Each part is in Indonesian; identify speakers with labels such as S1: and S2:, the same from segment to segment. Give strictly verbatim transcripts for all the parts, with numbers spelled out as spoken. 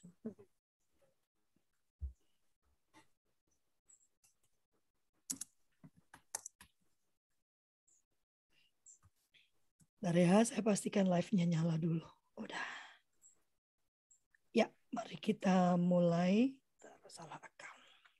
S1: Dareha, saya pastikan live-nya nyala dulu. Udah. Ya, mari kita mulai. Salah account.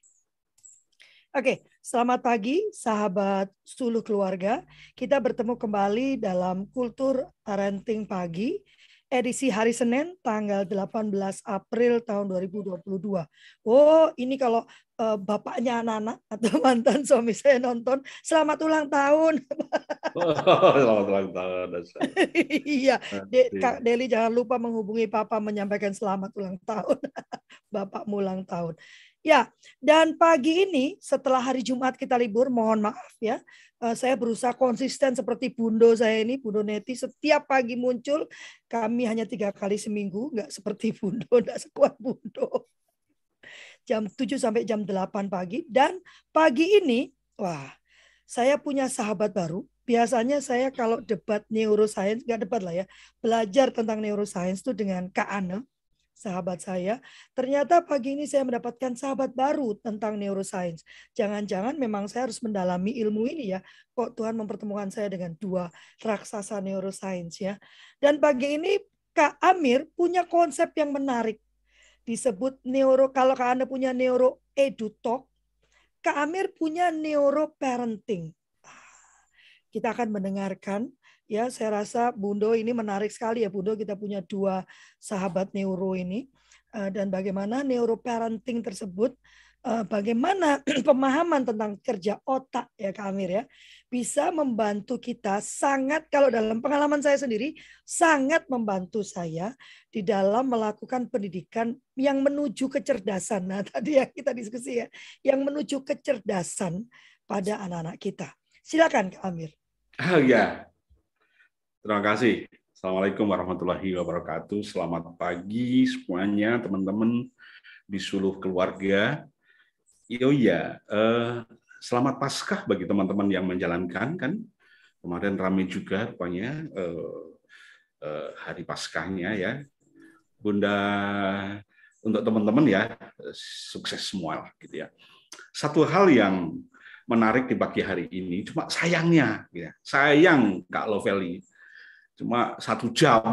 S1: Oke, selamat pagi sahabat Suluh Keluarga. Kita bertemu kembali dalam Kultur Parenting Pagi, edisi hari Senin tanggal delapan belas April tahun dua ribu dua puluh dua. Oh, ini kalau uh, bapaknya anak-anak atau mantan suami saya nonton, selamat ulang tahun.
S2: Oh, selamat ulang tahun.
S1: Iya, De, Kak Deli jangan lupa menghubungi Papa menyampaikan selamat ulang tahun. Bapakmu ulang tahun. Ya, dan pagi ini setelah hari Jumat kita libur, mohon maaf ya, saya berusaha konsisten seperti Bundo saya ini, Bundo Neti, setiap pagi muncul, kami hanya tiga kali seminggu, nggak seperti Bundo, nggak sekuat Bundo. Jam tujuh sampai jam delapan pagi, dan pagi ini, wah, saya punya sahabat baru. Biasanya saya kalau debat neuroscience, nggak debat lah ya, belajar tentang neuroscience itu dengan Kak Ane, sahabat saya. Ternyata pagi ini saya mendapatkan sahabat baru tentang neuroscience. Jangan-jangan memang saya harus mendalami ilmu ini ya. Kok Tuhan mempertemukan saya dengan dua raksasa neuroscience ya. Dan pagi ini Kak Amir punya konsep yang menarik. Disebut neuro, kalau Kak Anda punya neuro edutalk, Kak Amir punya neuroparenting. Kita akan mendengarkan. Ya, saya rasa Bundo ini menarik sekali ya, Bundo, kita punya dua sahabat neuro ini, dan bagaimana neuroparenting tersebut, bagaimana pemahaman tentang kerja otak ya Kak Amir ya, bisa membantu kita sangat, kalau dalam pengalaman saya sendiri, sangat membantu saya di dalam melakukan pendidikan yang menuju kecerdasan. Nah, tadi ya kita diskusi ya, yang menuju kecerdasan pada anak-anak kita. Silakan Kak Amir.
S2: Oh ya. Terima kasih. Assalamualaikum warahmatullahi wabarakatuh. Selamat pagi semuanya, teman-teman di Suluh Keluarga. Oh ya, eh, selamat Paskah bagi teman-teman yang menjalankan kan. Kemarin ramai juga rupanya eh, eh, hari Paskahnya ya. Bunda, untuk teman-teman ya, sukses semua gitu ya. Satu hal yang menarik di pagi hari ini, cuma sayangnya, ya, sayang Kak Lovely, cuma satu jam.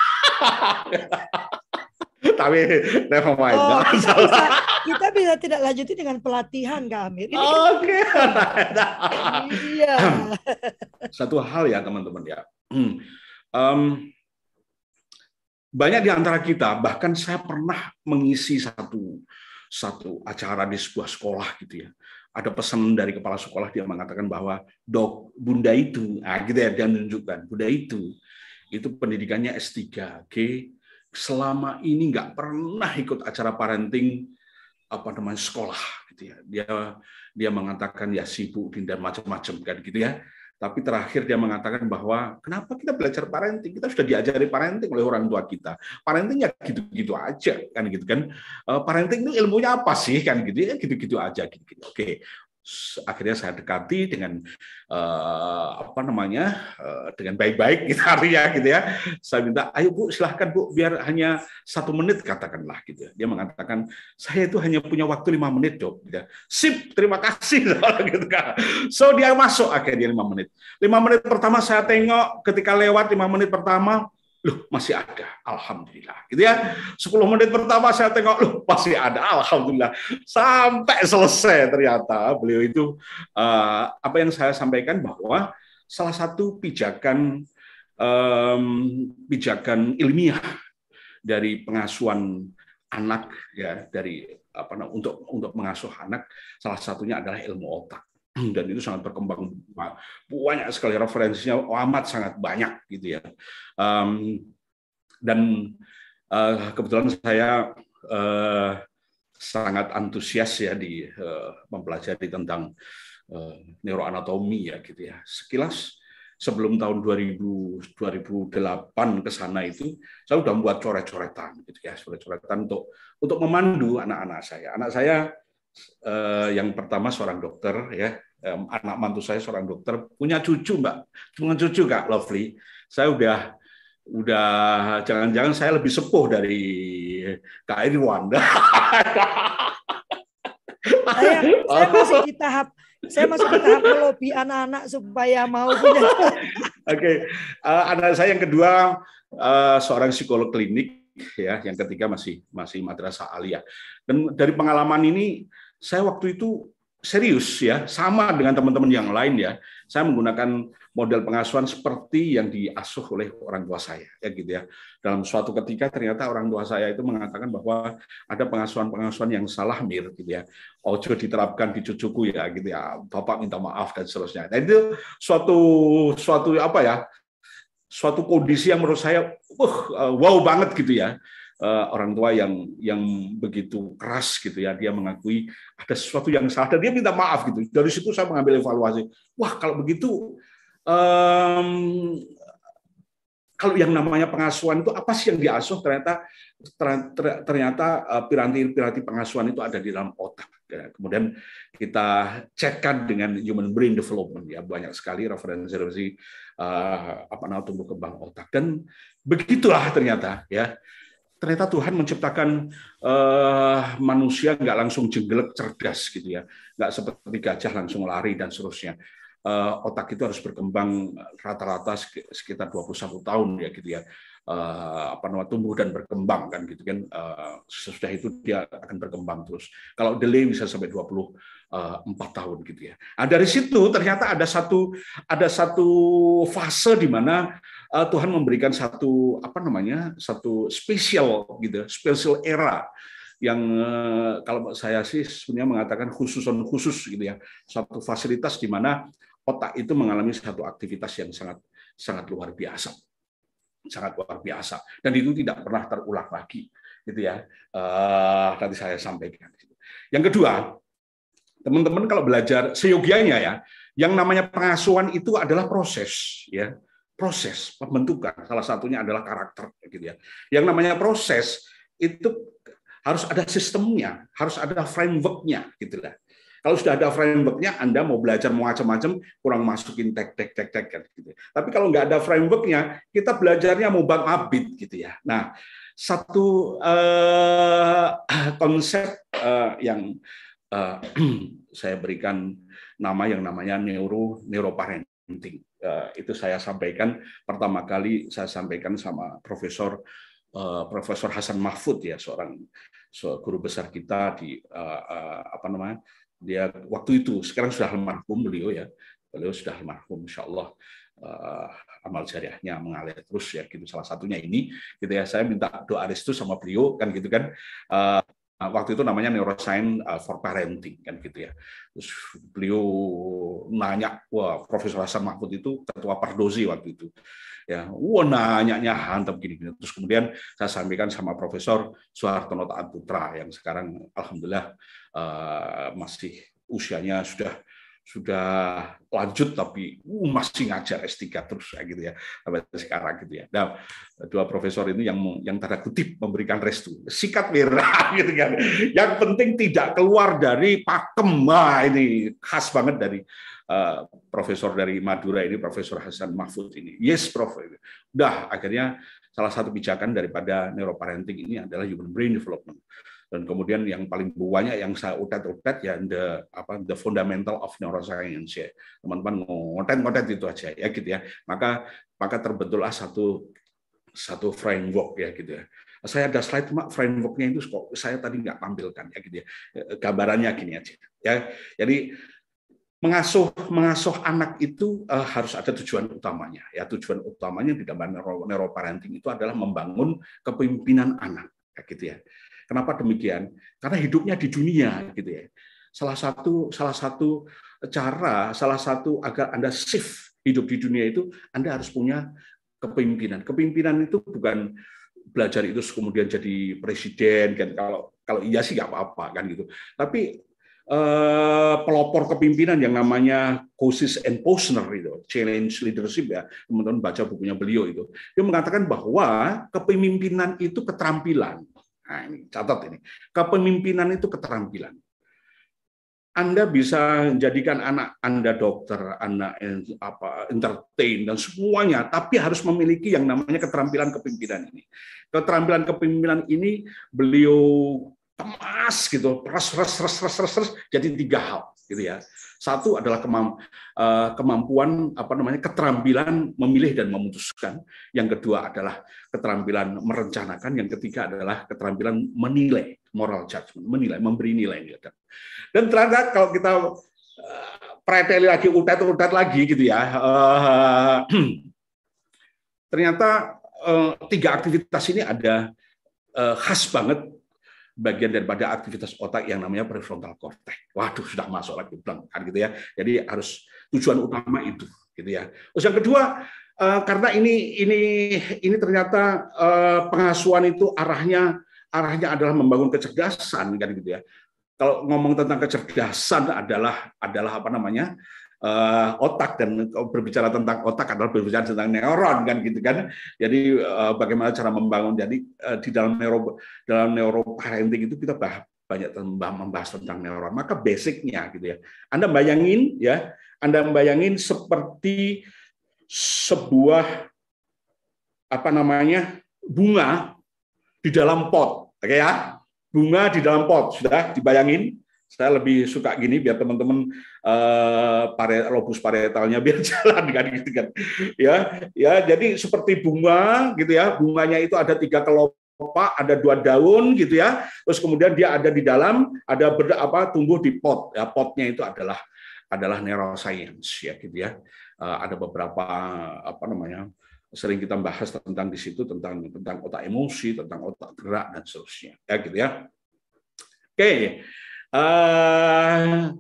S2: Tapi never mind.
S1: Oh, kita bisa, kita bisa tidak lanjuti dengan pelatihan Kak Amir. Ini
S2: Oke. Okay.
S1: Iya.
S2: Satu hal ya teman-teman ya. Um, banyak di antara kita, bahkan saya pernah mengisi satu satu acara di sebuah sekolah gitu ya. Ada pesan dari kepala sekolah, dia mengatakan bahwa dok, bunda itu, nah gitu ya, dia menunjukkan bunda itu itu pendidikannya S tiga, oke, selama ini nggak pernah ikut acara parenting apa namanya sekolah gitu ya. Dia dia mengatakan ya sibuk dan macam-macam kan gitu ya. Tapi terakhir dia mengatakan bahwa kenapa kita belajar parenting? Kita sudah diajari parenting oleh orang tua kita. Parenting ya gitu-gitu aja kan gitu kan. Parenting itu ilmunya apa sih kan gitu ya, gitu-gitu aja gitu-gitu. Oke. Akhirnya saya dekati dengan uh, apa namanya uh, dengan baik-baik gitu artinya gitu ya. Saya minta, ayo Bu silahkan Bu, biar hanya satu menit katakanlah gitu. Dia mengatakan saya itu hanya punya waktu lima menit dok. Gitu. Sip, terima kasih gitu kan. So dia masuk akhirnya lima menit. Lima menit pertama saya tengok, ketika lewat lima menit pertama, loh masih ada, alhamdulillah, gitu ya. Sepuluh menit pertama saya tengok, loh masih ada, alhamdulillah. Sampai selesai ternyata beliau itu uh, apa yang saya sampaikan bahwa salah satu pijakan um, pijakan ilmiah dari pengasuhan anak ya, dari apa untuk untuk mengasuh anak, salah satunya adalah ilmu otak. Dan itu sangat berkembang, banyak sekali referensinya, amat sangat banyak gitu ya. Um, dan uh, kebetulan saya uh, sangat antusias ya di uh, mempelajari tentang uh, neuroanatomi ya gitu ya. Sekilas sebelum tahun dua ribu, dua ribu delapan ke sana itu saya sudah membuat coret-coretan gitu ya, coret-coretan untuk untuk memandu anak-anak saya. Anak saya uh, yang pertama seorang dokter ya. Anak mantu saya seorang dokter, punya cucu Mbak, punya cucu Kak Lovely. Saya udah udah jangan-jangan saya lebih sepuh dari Kak Irwan.
S1: Saya, saya masih di tahap saya masih di tahap melobi anak-anak supaya mau punya.
S2: Oke, okay. uh, anak saya yang kedua uh, seorang psikolog klinik, ya, yang ketiga masih masih madrasah aliyah. Dan dari pengalaman ini, saya waktu itu serius ya, sama dengan teman-teman yang lain ya. Saya menggunakan model pengasuhan seperti yang diasuh oleh orang tua saya, ya gitu ya. Dalam suatu ketika ternyata orang tua saya itu mengatakan bahwa ada pengasuhan-pengasuhan yang salah, Mir, gitu ya. Ojo diterapkan di cucuku ya, gitu ya. Bapak minta maaf dan seterusnya. Nah, itu suatu suatu apa ya? Suatu kondisi yang menurut saya, uh, wow banget gitu ya. Uh, orang tua yang yang begitu keras gitu ya, dia mengakui ada sesuatu yang salah dan dia minta maaf gitu. Dari situ saya mengambil evaluasi. Wah, kalau begitu um, kalau yang namanya pengasuhan itu apa sih yang diasuh, ternyata ternyata piranti-piranti pengasuhan itu ada di dalam otak. Kemudian kita cekkan dengan human brain development, ya, banyak sekali referensi-referensi uh, apa namanya tumbuh kembang otak, dan begitulah ternyata ya. Ternyata Tuhan menciptakan uh, manusia nggak langsung jenggelek cerdas gitu ya, nggak seperti gajah langsung lari dan seterusnya. Uh, otak itu harus berkembang rata-rata sekitar dua puluh satu tahun ya gitu ya, uh, apa namanya tumbuh dan berkembang kan gitu kan. Uh, sesudah itu dia akan berkembang terus. Kalau delay bisa sampai dua puluh empat tahun gitu ya. Nah, dari situ ternyata ada satu ada satu fase di mana uh, Tuhan memberikan satu apa namanya satu spesial gitu, spesial era yang uh, kalau saya sih sebenarnya mengatakan khususon khusus gitu ya, satu fasilitas di mana otak itu mengalami satu aktivitas yang sangat sangat luar biasa, sangat luar biasa, dan itu tidak pernah terulang lagi, gitu ya. Uh, nanti saya sampaikan. Yang kedua, teman-teman kalau belajar seyogianya ya, yang namanya pengasuhan itu adalah proses, ya, proses pembentukan. Salah satunya adalah karakter, gitu ya. Yang namanya proses itu harus ada sistemnya, harus ada framework-nya, gitu lah. Kalau sudah ada framework-nya, Anda mau belajar macam-macam, kurang masukin tek tek tek tek gitu. Tapi kalau nggak ada framework-nya, kita belajarnya mau bang abid gitu ya. Nah, satu uh, konsep uh, yang uh, saya berikan nama yang namanya neuro neuroparenting. Uh, itu saya sampaikan pertama kali saya sampaikan sama Profesor uh, Profesor Hasan Mahfud ya, seorang guru besar kita di uh, uh, apa namanya? Dia waktu itu, sekarang sudah almarhum beliau ya, beliau sudah almarhum, insya Allah uh, amal jariahnya mengalir terus ya, gitu. Salah satunya ini, gitu ya. Saya minta doa restu sama beliau kan, gitu kan. Uh, waktu itu namanya Neuroscience for Parenting kan, gitu ya. Terus beliau nanya, wah, Profesor Hasan Mahfud itu ketua Pardozi waktu itu. Ya, wah, nanya-nya hantam gini-gini. Terus kemudian saya sampaikan sama Profesor Soehartono Taat Putra yang sekarang alhamdulillah uh, masih usianya sudah sudah lanjut tapi uh, masih ngajar S tiga terus kayak gitu ya sampai sekarang gitu ya. Nah, dua profesor ini yang yang tanda kutip memberikan restu. Sikat merah gitu kan. Yang penting tidak keluar dari pakem. Wah, ini khas banget dari Uh, profesor dari Madura ini, Profesor Hasan Mahfud ini. Yes, Prof. Udah, akhirnya salah satu pijakan daripada neuroparenting ini adalah human brain development. Dan kemudian yang paling banyak yang saya utat-utat ya the apa the fundamental of neuroscience ya. Teman-teman ngotet-ngotet itu aja ya gitu ya. Maka maka terbentuklah satu satu framework ya gitu ya. Saya ada slide cuma frameworknya itu kok saya tadi nggak tampilkan ya gitu ya. Gambarannya gini aja ya. Jadi mengasuh mengasuh anak itu uh, harus ada tujuan utamanya ya. Tujuan utamanya di dalam neuroparenting itu adalah membangun kepemimpinan anak ya gitu ya. Kenapa demikian? Karena hidupnya di dunia gitu ya. Salah satu salah satu cara, salah satu agar Anda shift hidup di dunia itu, Anda harus punya kepemimpinan. Kepemimpinan itu bukan belajar itu kemudian jadi presiden kan, kalau kalau iya sih nggak apa-apa kan gitu. Tapi Uh, pelopor kepimpinan yang namanya Kosis and Posner itu, Challenge Leadership ya, teman-teman baca bukunya beliau itu, dia mengatakan bahwa kepemimpinan itu keterampilan. Nah, ini catat ini, kepemimpinan itu keterampilan. Anda bisa jadikan anak Anda dokter, anak apa entertain dan semuanya, tapi harus memiliki yang namanya keterampilan kepemimpinan ini. Keterampilan kepemimpinan ini beliau kemas gitu, res res res res res, res jadi tiga hal gitu ya. Satu adalah kemampuan apa namanya keterampilan memilih dan memutuskan. Yang kedua adalah keterampilan merencanakan. Yang ketiga adalah keterampilan menilai, moral judgment, menilai, memberi nilai. Dan ternyata kalau kita preteli lagi, utat-utat lagi gitu ya, ternyata tiga aktivitas ini ada khas banget bagian daripada aktivitas otak yang namanya prefrontal cortex. Waduh, sudah masuk lagi bilang kan gitu ya. Jadi harus tujuan utama itu gitu ya. Terus yang kedua, karena ini ini ini ternyata pengasuhan itu arahnya arahnya adalah membangun kecerdasan kan gitu ya. Kalau ngomong tentang kecerdasan adalah adalah apa namanya? Uh, otak, dan berbicara tentang otak adalah berbicara tentang neuron kan gitu kan. Jadi uh, bagaimana cara membangun. Jadi uh, di dalam neuro dalam neuroparenting itu kita bah, banyak membahas tentang neuron. Maka basicnya gitu ya. Anda bayangin ya, Anda bayangin seperti sebuah apa namanya? bunga di dalam pot. Oke ya? Bunga di dalam pot. Sudah dibayangin? Saya lebih suka gini biar teman-teman uh, pare, lobus parietalnya biar jalan kan gitu kan. Ya, ya jadi seperti bunga gitu ya. Bunganya itu ada tiga kelopak, ada dua daun gitu ya. Terus kemudian dia ada di dalam, ada ber, apa tumbuh di pot. Ya, potnya itu adalah adalah neuroscience ya gitu ya. Uh, ada beberapa apa namanya? Sering kita bahas tentang di situ tentang tentang otak emosi, tentang otak gerak dan seterusnya. Ya gitu ya. Oke. Okay. Uh,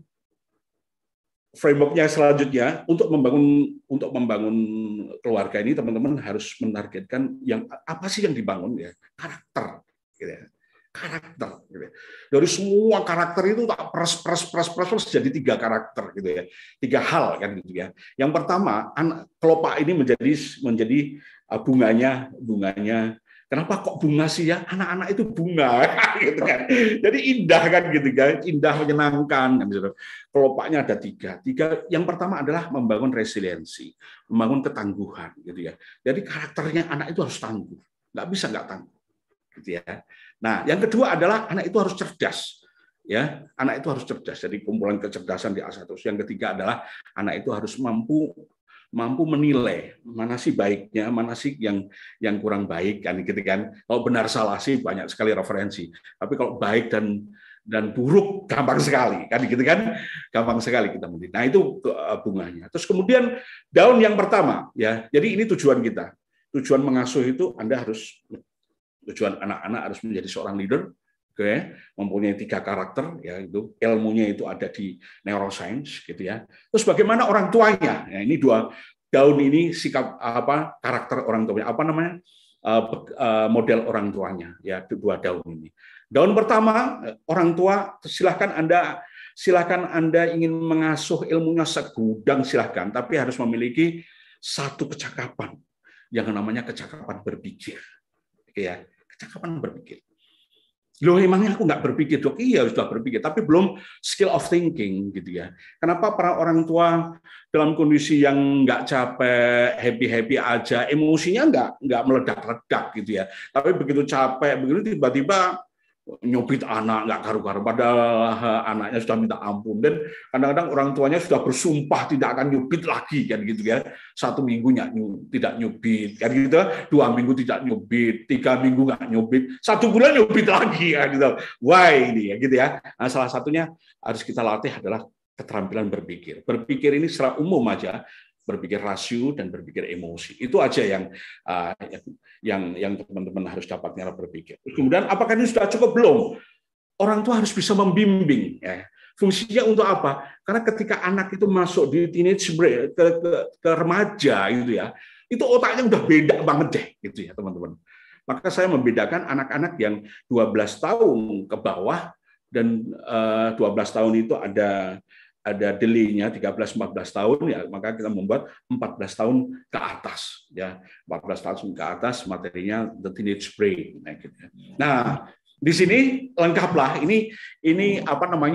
S2: frameworknya selanjutnya untuk membangun untuk membangun keluarga ini teman-teman harus menargetkan yang apa sih yang dibangun ya karakter gitu ya. Karakter gitu ya. Dari semua karakter itu tak pres pres pres pres pres jadi tiga karakter gitu ya, tiga hal kan gitu ya. Yang pertama anak kelopak ini menjadi menjadi bunganya bunganya kenapa kok bunga sih ya? Anak-anak itu bunga, gitu kan. Jadi indah kan gitu kan, indah menyenangkan. Kelopaknya ada tiga. Tiga. Yang pertama adalah membangun resiliensi, membangun ketangguhan, gitu ya. Jadi karakternya anak itu harus tangguh, nggak bisa nggak tangguh, gitu ya. Nah, yang kedua adalah anak itu harus cerdas. Ya, anak itu harus cerdas. Jadi kumpulan kecerdasan di A satu. Yang ketiga adalah anak itu harus mampu mampu menilai mana sih baiknya, mana sih yang yang kurang baik kan gitu kan. Kalau benar salah sih banyak sekali referensi. Tapi kalau baik dan dan buruk gampang sekali kan gitu kan. Gampang sekali kita menilai. Nah, itu bunganya. Terus kemudian daun yang pertama ya. Jadi ini tujuan kita. Tujuan mengasuh itu Anda harus tujuan anak-anak harus menjadi seorang leader. Oke, mempunyai tiga karakter ya itu ilmunya itu ada di neuroscience gitu ya. Terus bagaimana orang tuanya? Ya, ini dua daun ini sikap apa karakter orang tuanya apa namanya uh, model orang tuanya ya dua daun ini. Daun pertama orang tua silahkan Anda silahkan Anda ingin mengasuh ilmunya segudang silahkan tapi harus memiliki satu kecakapan yang namanya kecakapan berpikir. Oke ya, kecakapan berpikir. Loh, emangnya aku nggak berpikir, dok? Iya, sudah berpikir, tapi belum skill of thinking, gitu ya. Kenapa para orang tua dalam kondisi yang nggak capek, happy-happy aja, emosinya nggak nggak meledak-ledak, gitu ya. Tapi begitu capek, begitu tiba-tiba nyubit anak, nggak karu-karu. Padahal anaknya sudah minta ampun. Dan kadang-kadang orang tuanya sudah bersumpah tidak akan nyubit lagi, kan gitu ya. Satu minggu tidak nyubit, kan gitu. Dua minggu tidak nyubit, tiga minggu nggak nyubit, satu bulan nyubit lagi, kan gitu. Wah ini, ya gitu ya. Nah, salah satunya harus kita latih adalah keterampilan berpikir. Berpikir ini secara umum aja, berpikir rasio dan berpikir emosi. Itu aja yang uh, yang yang teman-teman harus dapat cara berpikir. Kemudian apakah ini sudah cukup belum? Orang tua harus bisa membimbing. Ya. Fungsinya untuk apa? Karena ketika anak itu masuk di teenage ke, ke, ke remaja gitu ya, itu otaknya udah beda banget deh gitu ya teman-teman. Maka saya membedakan anak-anak yang dua belas tahun ke bawah dan uh, dua belas tahun itu ada ada delay-nya tiga belas empat belas tahun ya, maka kita membuat empat belas tahun ke atas ya. empat belas tahun ke atas materinya the teenage brain nah, gitu. Nah, di sini lengkaplah ini ini apa namanya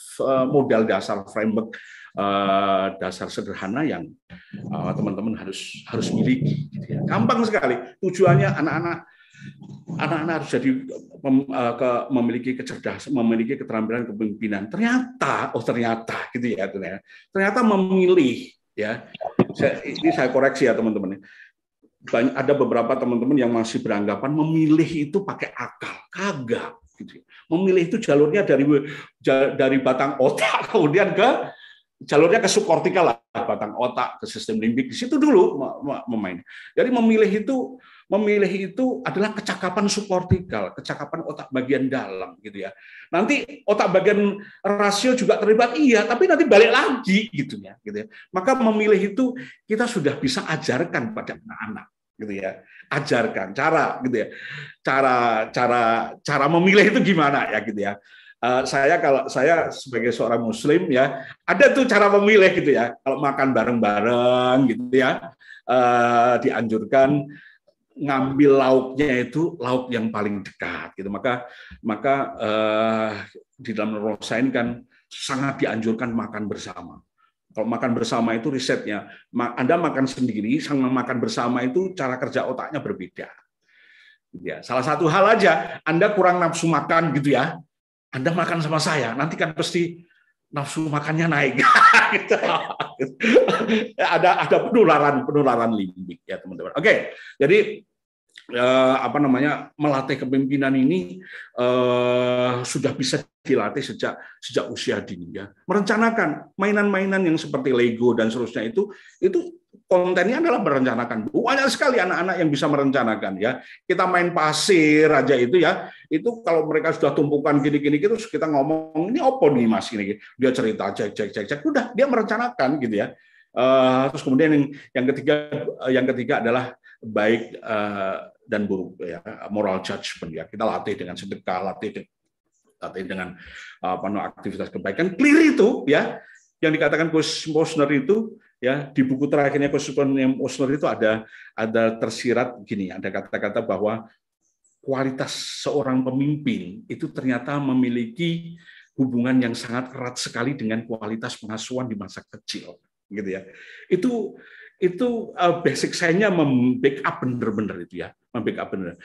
S2: modal dasar framework dasar sederhana yang teman-teman harus harus miliki. Gampang sekali. Tujuannya anak-anak anak-anak harus jadi memiliki kecerdasan, memiliki keterampilan kepemimpinan. Ternyata, oh ternyata, gitu ya, ternyata memilih, ya. Ini saya koreksi ya teman-teman. Banyak ada beberapa teman-teman yang masih beranggapan memilih itu pakai akal, kagak. Gitu. Memilih itu jalurnya dari dari batang otak kemudian ke jalurnya ke subkortikal lah, batang otak ke sistem limbik, di situ dulu memain. Jadi memilih itu memilih itu adalah kecakapan subkortikal, kecakapan otak bagian dalam gitu ya. Nanti otak bagian rasio juga terlibat, iya, tapi nanti balik lagi gitu ya, gitu ya. Maka memilih itu kita sudah bisa ajarkan pada anak-anak gitu ya. Ajarkan cara gitu ya. Cara cara cara memilih itu gimana ya gitu ya. Uh, saya kalau saya sebagai seorang Muslim ya ada tuh cara memilih gitu ya. Kalau makan bareng-bareng gitu ya, uh, dianjurkan ngambil lauknya itu lauk yang paling dekat gitu. Maka maka uh, di dalam neuroscience kan sangat dianjurkan makan bersama. Kalau makan bersama itu risetnya, Anda makan sendiri sama makan bersama itu cara kerja otaknya berbeda. Ya, salah satu hal aja Anda kurang nafsu makan gitu ya. Anda makan sama saya, nanti kan pasti nafsu makannya naik. Gitu. ada ada penularan penularan limbik ya teman-teman. Oke, jadi eh, apa namanya melatih kepemimpinan ini eh, sudah bisa dilatih sejak sejak usia dini ya. Merencanakan mainan-mainan yang seperti Lego dan seterusnya itu itu kontennya adalah merencanakan. Banyak sekali anak-anak yang bisa merencanakan ya. Kita main pasir aja itu ya. Itu kalau mereka sudah tumpukan gini-gini terus kita ngomong ini apa nih Mas ini. Dia cerita cek cek cek cek udah dia merencanakan gitu ya. Uh, terus kemudian yang, yang ketiga yang ketiga adalah baik uh, dan buruk ya, moral judgment ya. Kita latih dengan sedekah, latih latih dengan apa uh, aktivitas kebaikan. Clear itu ya. Yang dikatakan Coach Posner itu ya di buku terakhirnya Coach Posner itu ada ada tersirat gini, ada kata-kata bahwa kualitas seorang pemimpin itu ternyata memiliki hubungan yang sangat erat sekali dengan kualitas pengasuhan di masa kecil, gitu ya. Itu itu uh, basic saya-nya membackup bener-bener itu ya, membackup bener.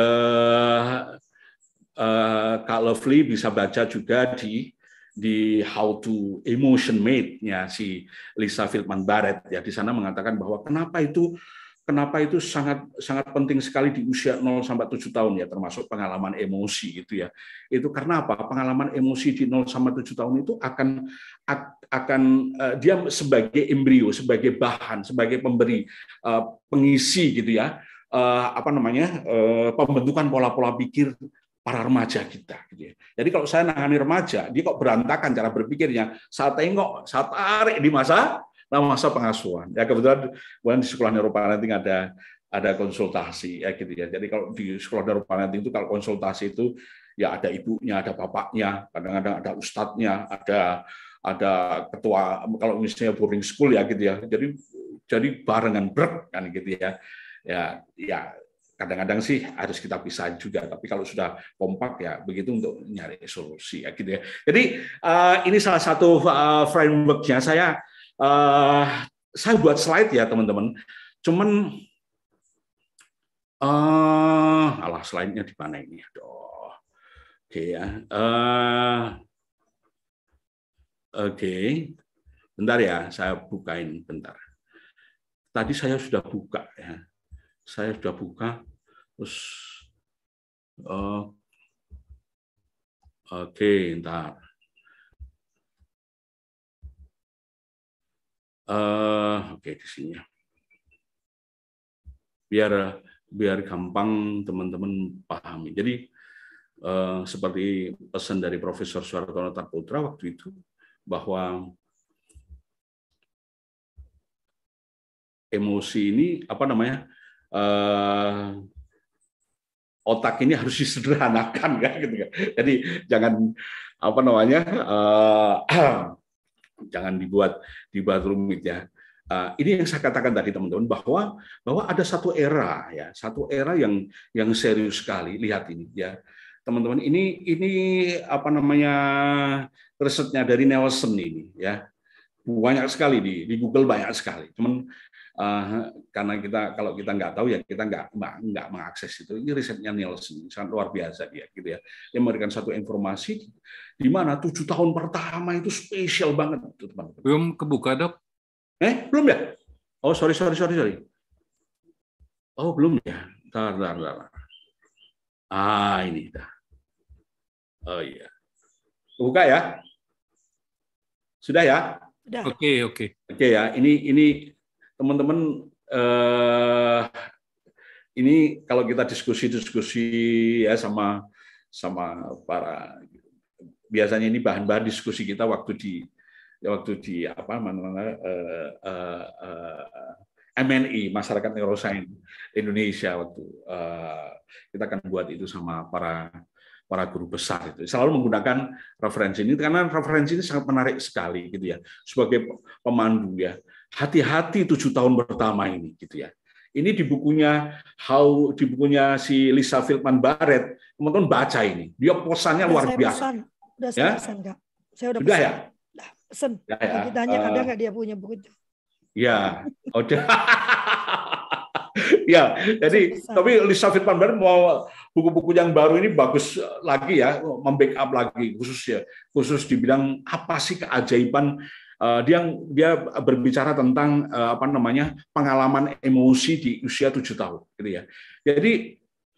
S2: Uh, uh, Kak Lovely bisa baca juga di di How to Emotion Made-nya si Lisa Feldman Barrett ya, di sana mengatakan bahwa kenapa itu kenapa itu sangat sangat penting sekali di usia nol sampai tujuh tahun ya, termasuk pengalaman emosi gitu ya. Itu karena apa? Pengalaman emosi di nol sampai tujuh tahun itu akan akan uh, dia sebagai embrio, sebagai bahan, sebagai pemberi uh, pengisi gitu ya. Uh, apa namanya? Uh, pembentukan pola-pola pikir para remaja kita. Gitu ya. Jadi kalau saya nangani remaja, dia kok berantakan cara berpikirnya. Saya tengok, saya tarik di masa masa pengasuhan. Ya kebetulan di sekolah neuroparenting ada ada konsultasi ya gitu ya. Jadi kalau di sekolah neuroparenting itu kalau konsultasi itu ya ada ibunya, ada bapaknya, kadang-kadang ada ustadznya, ada ada ketua kalau misalnya boarding school ya gitu ya. Jadi jadi barengan brek kan gitu ya. Ya ya kadang-kadang sih harus kita pisahin juga, tapi kalau sudah kompak ya begitu untuk nyari solusi ya gitu ya. Jadi uh, ini salah satu uh, framework-nya. Saya uh, saya buat slide ya teman-teman. Cuman uh, alah slide-nya di mana ini? Aduh. Oke ya. Uh, Oke. Okay. Bentar ya, saya bukain bentar. Tadi saya sudah buka ya. Saya sudah buka. Terus, uh, oke, okay, ntar. Uh, oke okay, di sini. Biar biar gampang teman-teman pahami. Jadi uh, seperti pesan dari Profesor Suartono Tarputra waktu itu bahwa emosi ini apa namanya? Uh, otak ini harus disederhanakan kan gitu kan. Jadi jangan apa namanya uh, jangan dibuat dibuat rumit ya. Uh, ini yang saya katakan tadi teman-teman bahwa bahwa ada satu era ya, satu era yang yang serius sekali. Lihat ini ya. teman-teman, ini ini apa namanya risetnya dari Nielsen ini ya. Banyak sekali di di Google, banyak sekali. Cuman uh, karena kita kalau kita nggak tahu ya kita nggak nggak mengakses itu. Ini risetnya Nielsen, sangat luar biasa dia gitu ya. Dia memberikan satu informasi di mana tujuh tahun pertama itu spesial banget, teman-teman.
S3: Belum kebuka, Dok?
S2: Eh, belum ya? Oh, sorry sorry sorry sorry. Oh, belum ya. Bentar, bentar, bentar. Ah, ini dah. Oh iya. Buka ya? Sudah ya?
S1: Sudah.
S3: Oke, oke.
S2: Oke ya, ini ini teman-teman eh, ini kalau kita diskusi-diskusi ya sama sama para, biasanya ini bahan-bahan diskusi kita waktu di waktu di apa namanya eh, eh, eh, M N I, Masyarakat Neuroscience Indonesia, waktu eh, kita akan buat itu sama para para guru besar itu selalu menggunakan referensi ini karena referensi ini sangat menarik sekali gitu ya, sebagai pemandu ya. Hati-hati tujuh tahun pertama ini gitu ya. Ini di bukunya How di bukunya si Lisa Feldman Barrett, teman-teman baca ini. Dia pesannya
S1: Udah
S2: luar
S1: saya
S2: biasa.
S1: Pesan. Udah saya
S2: Ya?
S1: pesan, Kak. Saya udah,
S2: Sudah
S1: pesan.
S2: ya?
S1: Udah pesan.
S2: Ya, ya.
S1: Lagi tanya
S2: Uh,
S1: ada nggak dia punya buku itu.
S2: Ya, udah. Ya, jadi tapi Lisa Feldman Barrett mau buku-buku yang baru ini bagus lagi ya, membackup lagi khusus ya, khusus di bidang apa sih keajaiban uh, dia dia berbicara tentang uh, apa namanya pengalaman emosi di usia tujuh tahun, gitu ya. Jadi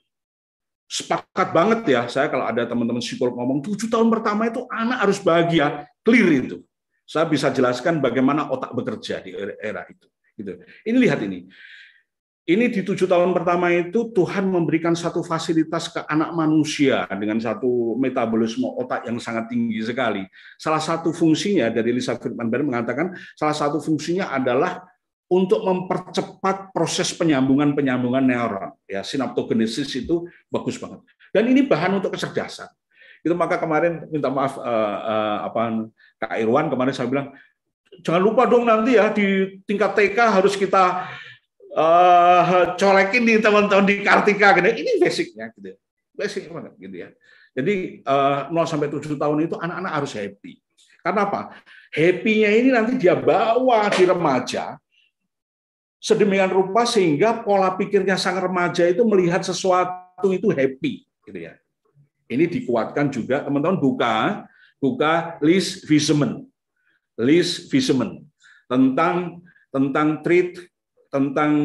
S2: sepakat banget ya saya kalau ada teman-teman psikolog ngomong tujuh tahun pertama itu anak harus bahagia, clear itu. Saya bisa jelaskan bagaimana otak bekerja di era itu. Gitu. Ini lihat ini. Ini di tujuh tahun pertama itu Tuhan memberikan satu fasilitas ke anak manusia dengan satu metabolisme otak yang sangat tinggi sekali. Salah satu fungsinya dari Lisa Feldman Barrett mengatakan salah satu fungsinya adalah untuk mempercepat proses penyambungan-penyambungan neuron. Ya, sinaptogenesis itu bagus banget. Dan ini bahan untuk kecerdasan. Itu maka kemarin minta maaf uh, uh, apa Kak Irwan kemarin saya bilang jangan lupa dong nanti ya di tingkat T K harus kita Uh, colekin nih teman-teman di Kartika gitu. Ini basicnya gitu. Basic banget gitu ya. Jadi uh, nol sampai tujuh tahun itu anak-anak harus happy. Karena apa? Happy-nya ini nanti dia bawa di remaja sedemikian rupa sehingga pola pikirnya sang remaja itu melihat sesuatu itu happy gitu ya. Ini dikuatkan juga teman-teman buka buka Lis Wiseman. Lis Wiseman tentang tentang treat tentang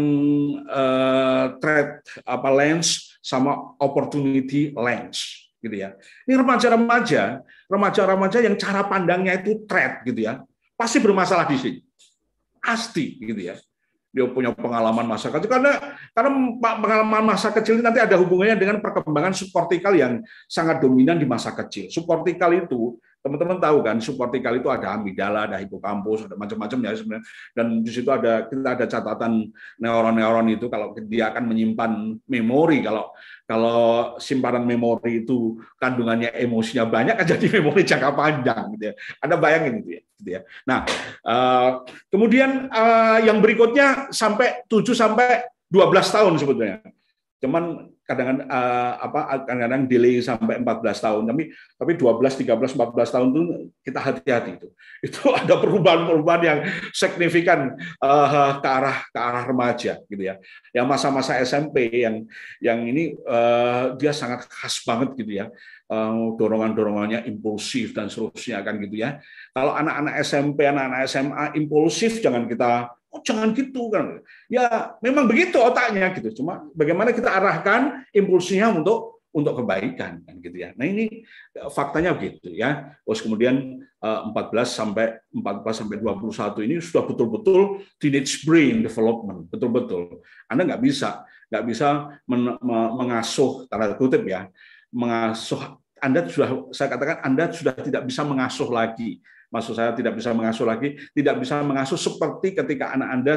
S2: uh, threat apa lens sama opportunity lens gitu ya. Ini remaja-remaja, remaja-remaja yang cara pandangnya itu threat gitu ya. Pasti bermasalah di sini. Pasti gitu ya. Dia punya pengalaman masa kecil karena karena pengalaman masa kecil ini nanti ada hubungannya dengan perkembangan subkortikal yang sangat dominan di masa kecil. Subkortikal itu teman-teman tahu kan, subkortikal itu ada amigdala, ada hipokampus, ada macam-macam ya sebenarnya. Dan di situ ada kita ada catatan neuron-neuron itu kalau dia akan menyimpan memori. Kalau kalau simpanan memori itu kandungannya emosinya banyak, kan jadi memori jangka panjang gitu ya. Ada bayangin itu ya. Gitu ya. Nah, uh, kemudian uh, yang berikutnya sampai tujuh sampai dua belas tahun sebetulnya. Cuman kadang-kadang uh, apa kadang-kadang delay sampai empat belas tahun, tapi tapi dua belas, tiga belas, empat belas tahun itu kita hati-hati itu. Itu ada perubahan-perubahan yang signifikan uh, ke arah ke arah remaja gitu ya. Yang masa-masa S M P yang yang ini uh, dia sangat khas banget gitu ya. Uh, dorongan-dorongannya impulsif dan seterusnya kan gitu ya. Kalau anak-anak S M P, anak-anak S M A impulsif jangan kita oh jangan gitu kan. Ya memang begitu otaknya gitu. Cuma bagaimana kita arahkan impulsinya untuk untuk kebaikan kan gitu ya. Nah ini faktanya begitu ya. Terus kemudian empat belas sampai dua puluh satu ini sudah betul-betul teenage brain development, betul-betul. Anda nggak bisa nggak bisa men, mengasuh tanda kutip ya, mengasuh Anda sudah saya katakan Anda sudah tidak bisa mengasuh lagi. Maksud saya tidak bisa mengasuh lagi, tidak bisa mengasuh seperti ketika anak Anda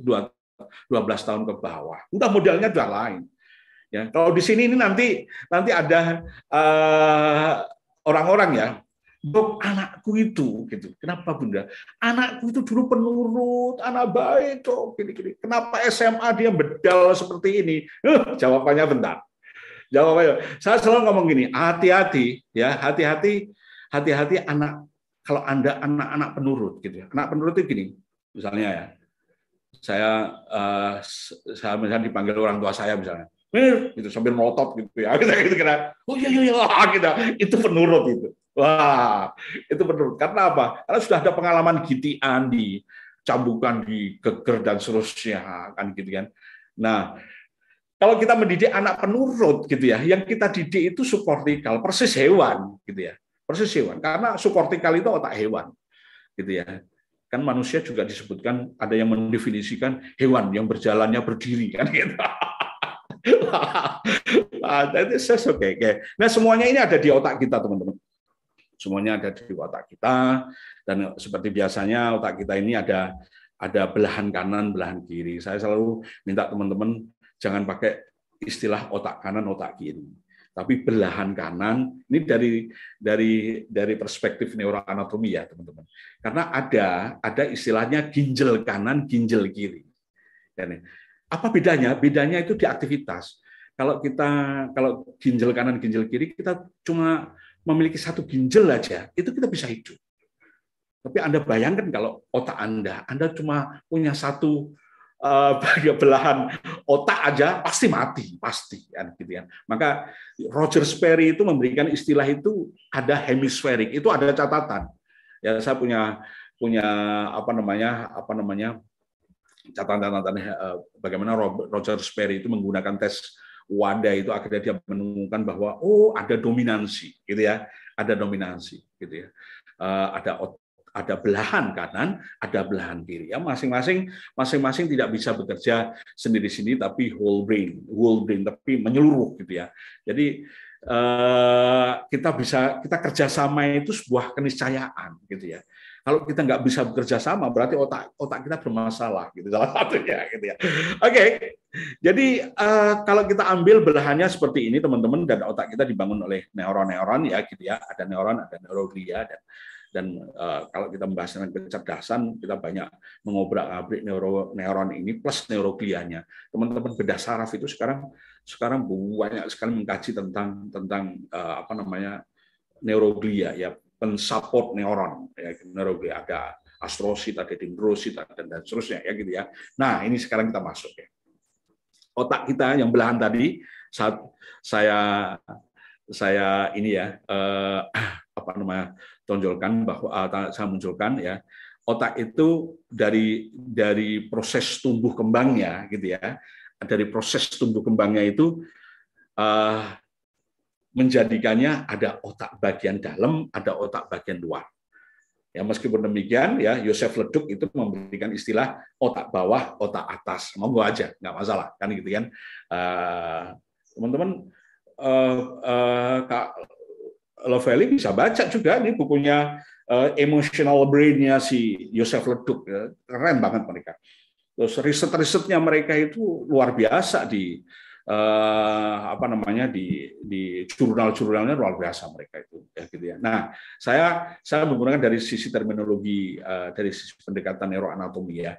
S2: dua belas tahun ke bawah. Udah modelnya sudah lain. Ya, kalau di sini ini nanti nanti ada uh, orang-orang ya, Dok, anakku itu gitu. Kenapa Bunda? Anakku itu dulu penurut, anak baik kok gini-gini. Kenapa S M A dia bedal seperti ini? Huh, jawabannya bentar. Jawabannya, saya selalu ngomong gini, hati-hati ya, hati-hati, hati-hati anak kalau Anda anak-anak penurut gitu ya. Anak penurut itu gini, misalnya ya, saya uh, saya misalnya dipanggil orang tua saya misalnya, Mir, gitu sambil melotot gitu ya, kita gitu kira, oh iya iya iya, gitu, itu penurut itu, wah itu penurut. Karena apa? Karena sudah ada pengalaman gitian di cambukan, di geger dan seterusnya kan gitu kan. Nah, kalau kita mendidik anak penurut gitu ya, yang kita didik itu subkortikal, persis hewan gitu ya, persis hewan. Karena subkortikal itu otak hewan gitu ya. Kan manusia juga disebutkan ada yang mendefinisikan hewan yang berjalannya berdiri kan gitu. Nah, oke, oke. Nah, semuanya ini ada di otak kita, teman-teman. Semuanya ada di otak kita, dan seperti biasanya otak kita ini ada ada belahan kanan, belahan kiri. Saya selalu minta teman-teman jangan pakai istilah otak kanan, otak kiri, tapi belahan kanan. Ini dari dari dari perspektif neuroanatomi ya, teman-teman. Karena ada ada istilahnya ginjal kanan, ginjal kiri. Apa bedanya? Bedanya itu di aktivitas. Kalau kita kalau ginjal kanan, ginjal kiri, kita cuma memiliki satu ginjal aja, itu kita bisa hidup. Tapi Anda bayangkan kalau otak Anda, Anda cuma punya satu uh, belahan otak aja, pasti mati, pasti, kan, gitu kan. Maka Roger Sperry itu memberikan istilah itu ada hemisferik, itu ada catatan. Ya, saya punya punya apa namanya apa namanya catatan-catatan bagaimana Roger Sperry itu menggunakan tes wadah itu, akhirnya dia menemukan bahwa oh ada dominansi gitu ya, ada dominansi gitu ya, ada ada belahan kanan, ada belahan kiri ya, masing-masing masing-masing tidak bisa bekerja sendiri-sendiri, tapi whole brain whole brain tapi menyeluruh gitu ya. Jadi kita bisa kita kerjasama itu sebuah keniscayaan gitu ya. Kalau kita nggak bisa bekerja sama, berarti otak otak kita bermasalah, gitu salah satunya, gitu ya. Oke, okay. Jadi uh, kalau kita ambil belahannya seperti ini, teman-teman, dan otak kita dibangun oleh neuron-neuron, ya, gitu ya. Ada neuron, ada neuroglia, dan dan uh, kalau kita membahas tentang kecerdasan, kita banyak mengobrak-abrik neuro, neuron ini plus neuroglianya. Teman-teman bedah saraf itu sekarang sekarang banyak sekali mengkaji tentang tentang uh, apa namanya neuroglia, ya. Pensupport neuron, ya, neuroglia, ada astrosit, ada dendrosit, dan, dan seterusnya, ya gitu ya. Nah, ini sekarang kita masuk ya. Otak kita yang belahan tadi, saat saya saya ini ya eh, apa namanya tonjolkan bahwa uh, saya munculkan ya, otak itu dari dari proses tumbuh kembangnya gitu ya, dari proses tumbuh kembangnya itu uh, menjadikannya ada otak bagian dalam, ada otak bagian luar. Ya, meskipun demikian, ya Joseph Leduc itu memberikan istilah otak bawah, otak atas. Monggo aja, nggak masalah, kan gitu kan. Teman-teman, uh, uh, Kak Lovely bisa baca juga nih bukunya uh, Emotional Brain-nya si Joseph Leduc. Ya. Keren banget mereka. Terus riset-risetnya mereka itu luar biasa di Uh, apa namanya di di jurnal-jurnalnya luar biasa mereka itu ya gitu ya. Nah, saya saya menggunakan dari sisi terminologi uh, dari sisi pendekatan neuroanatomi ya.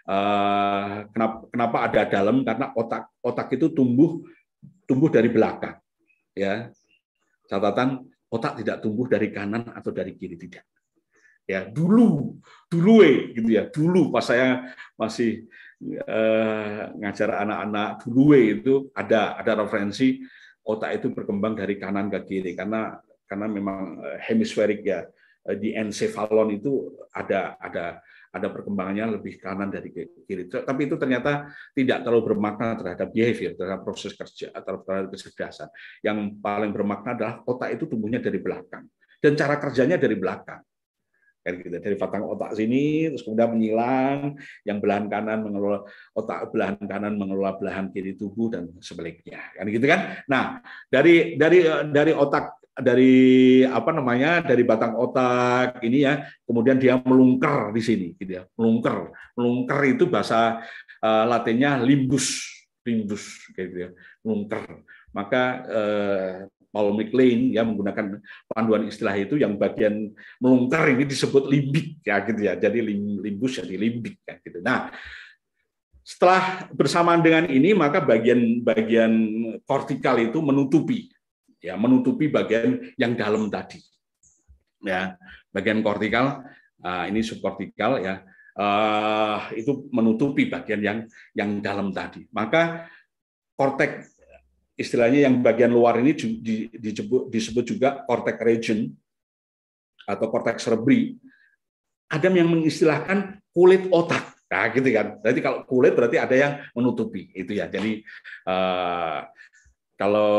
S2: Uh, kenapa kenapa ada dalam, karena otak otak itu tumbuh tumbuh dari belakang ya. Catatan, otak tidak tumbuh dari kanan atau dari kiri, tidak. Ya, dulu dulu eh gitu ya. Dulu pas saya masih Uh, ngajar anak-anak dulu itu ada ada referensi otak itu berkembang dari kanan ke kiri, karena karena memang hemisferik ya, di encephalon itu ada ada ada perkembangannya lebih kanan dari kiri. Tapi itu ternyata tidak terlalu bermakna terhadap behavior, terhadap proses kerja atau terhadap kecerdasan. Yang paling bermakna adalah otak itu tumbuhnya dari belakang dan cara kerjanya dari belakang. Dari batang otak sini, terus kemudian menyilang, yang belahan kanan mengelola otak belahan kanan mengelola belahan kiri tubuh dan sebaliknya, kan gitu kan? Nah, dari dari dari otak dari apa namanya dari batang otak ini ya, kemudian dia melungker di sini, gitu ya, melungker, melungker itu bahasa uh, Latinnya limbus, limbus, gitu ya, melungker. Maka uh, Paul MacLean ya menggunakan panduan istilah itu, yang bagian melungker ini disebut limbik ya gitu ya. Jadi limbus jadi limbik ya gitu. Nah, setelah bersamaan dengan ini, maka bagian-bagian kortikal itu menutupi, ya, menutupi bagian yang dalam tadi. Ya, bagian kortikal, uh, ini subkortikal, ya, uh, itu menutupi bagian yang yang dalam tadi. Maka korteks, istilahnya yang bagian luar ini disebut, disebut juga cortex region atau cortex cerebri. Ada yang mengistilahkan kulit otak. Nah, gitu kan. Jadi kalau kulit berarti ada yang menutupi itu ya. Jadi uh, kalau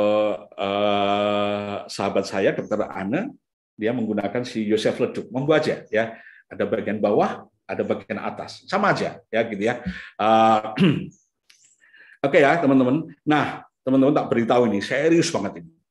S2: uh, sahabat saya Dokter Anne, dia menggunakan si Joseph Leduc, monggo aja ya. Ada bagian bawah, ada bagian atas, sama aja ya gitu ya. Uh, Oke okay, ya teman-teman. Nah teman-teman tak beritahu ini serius banget ini.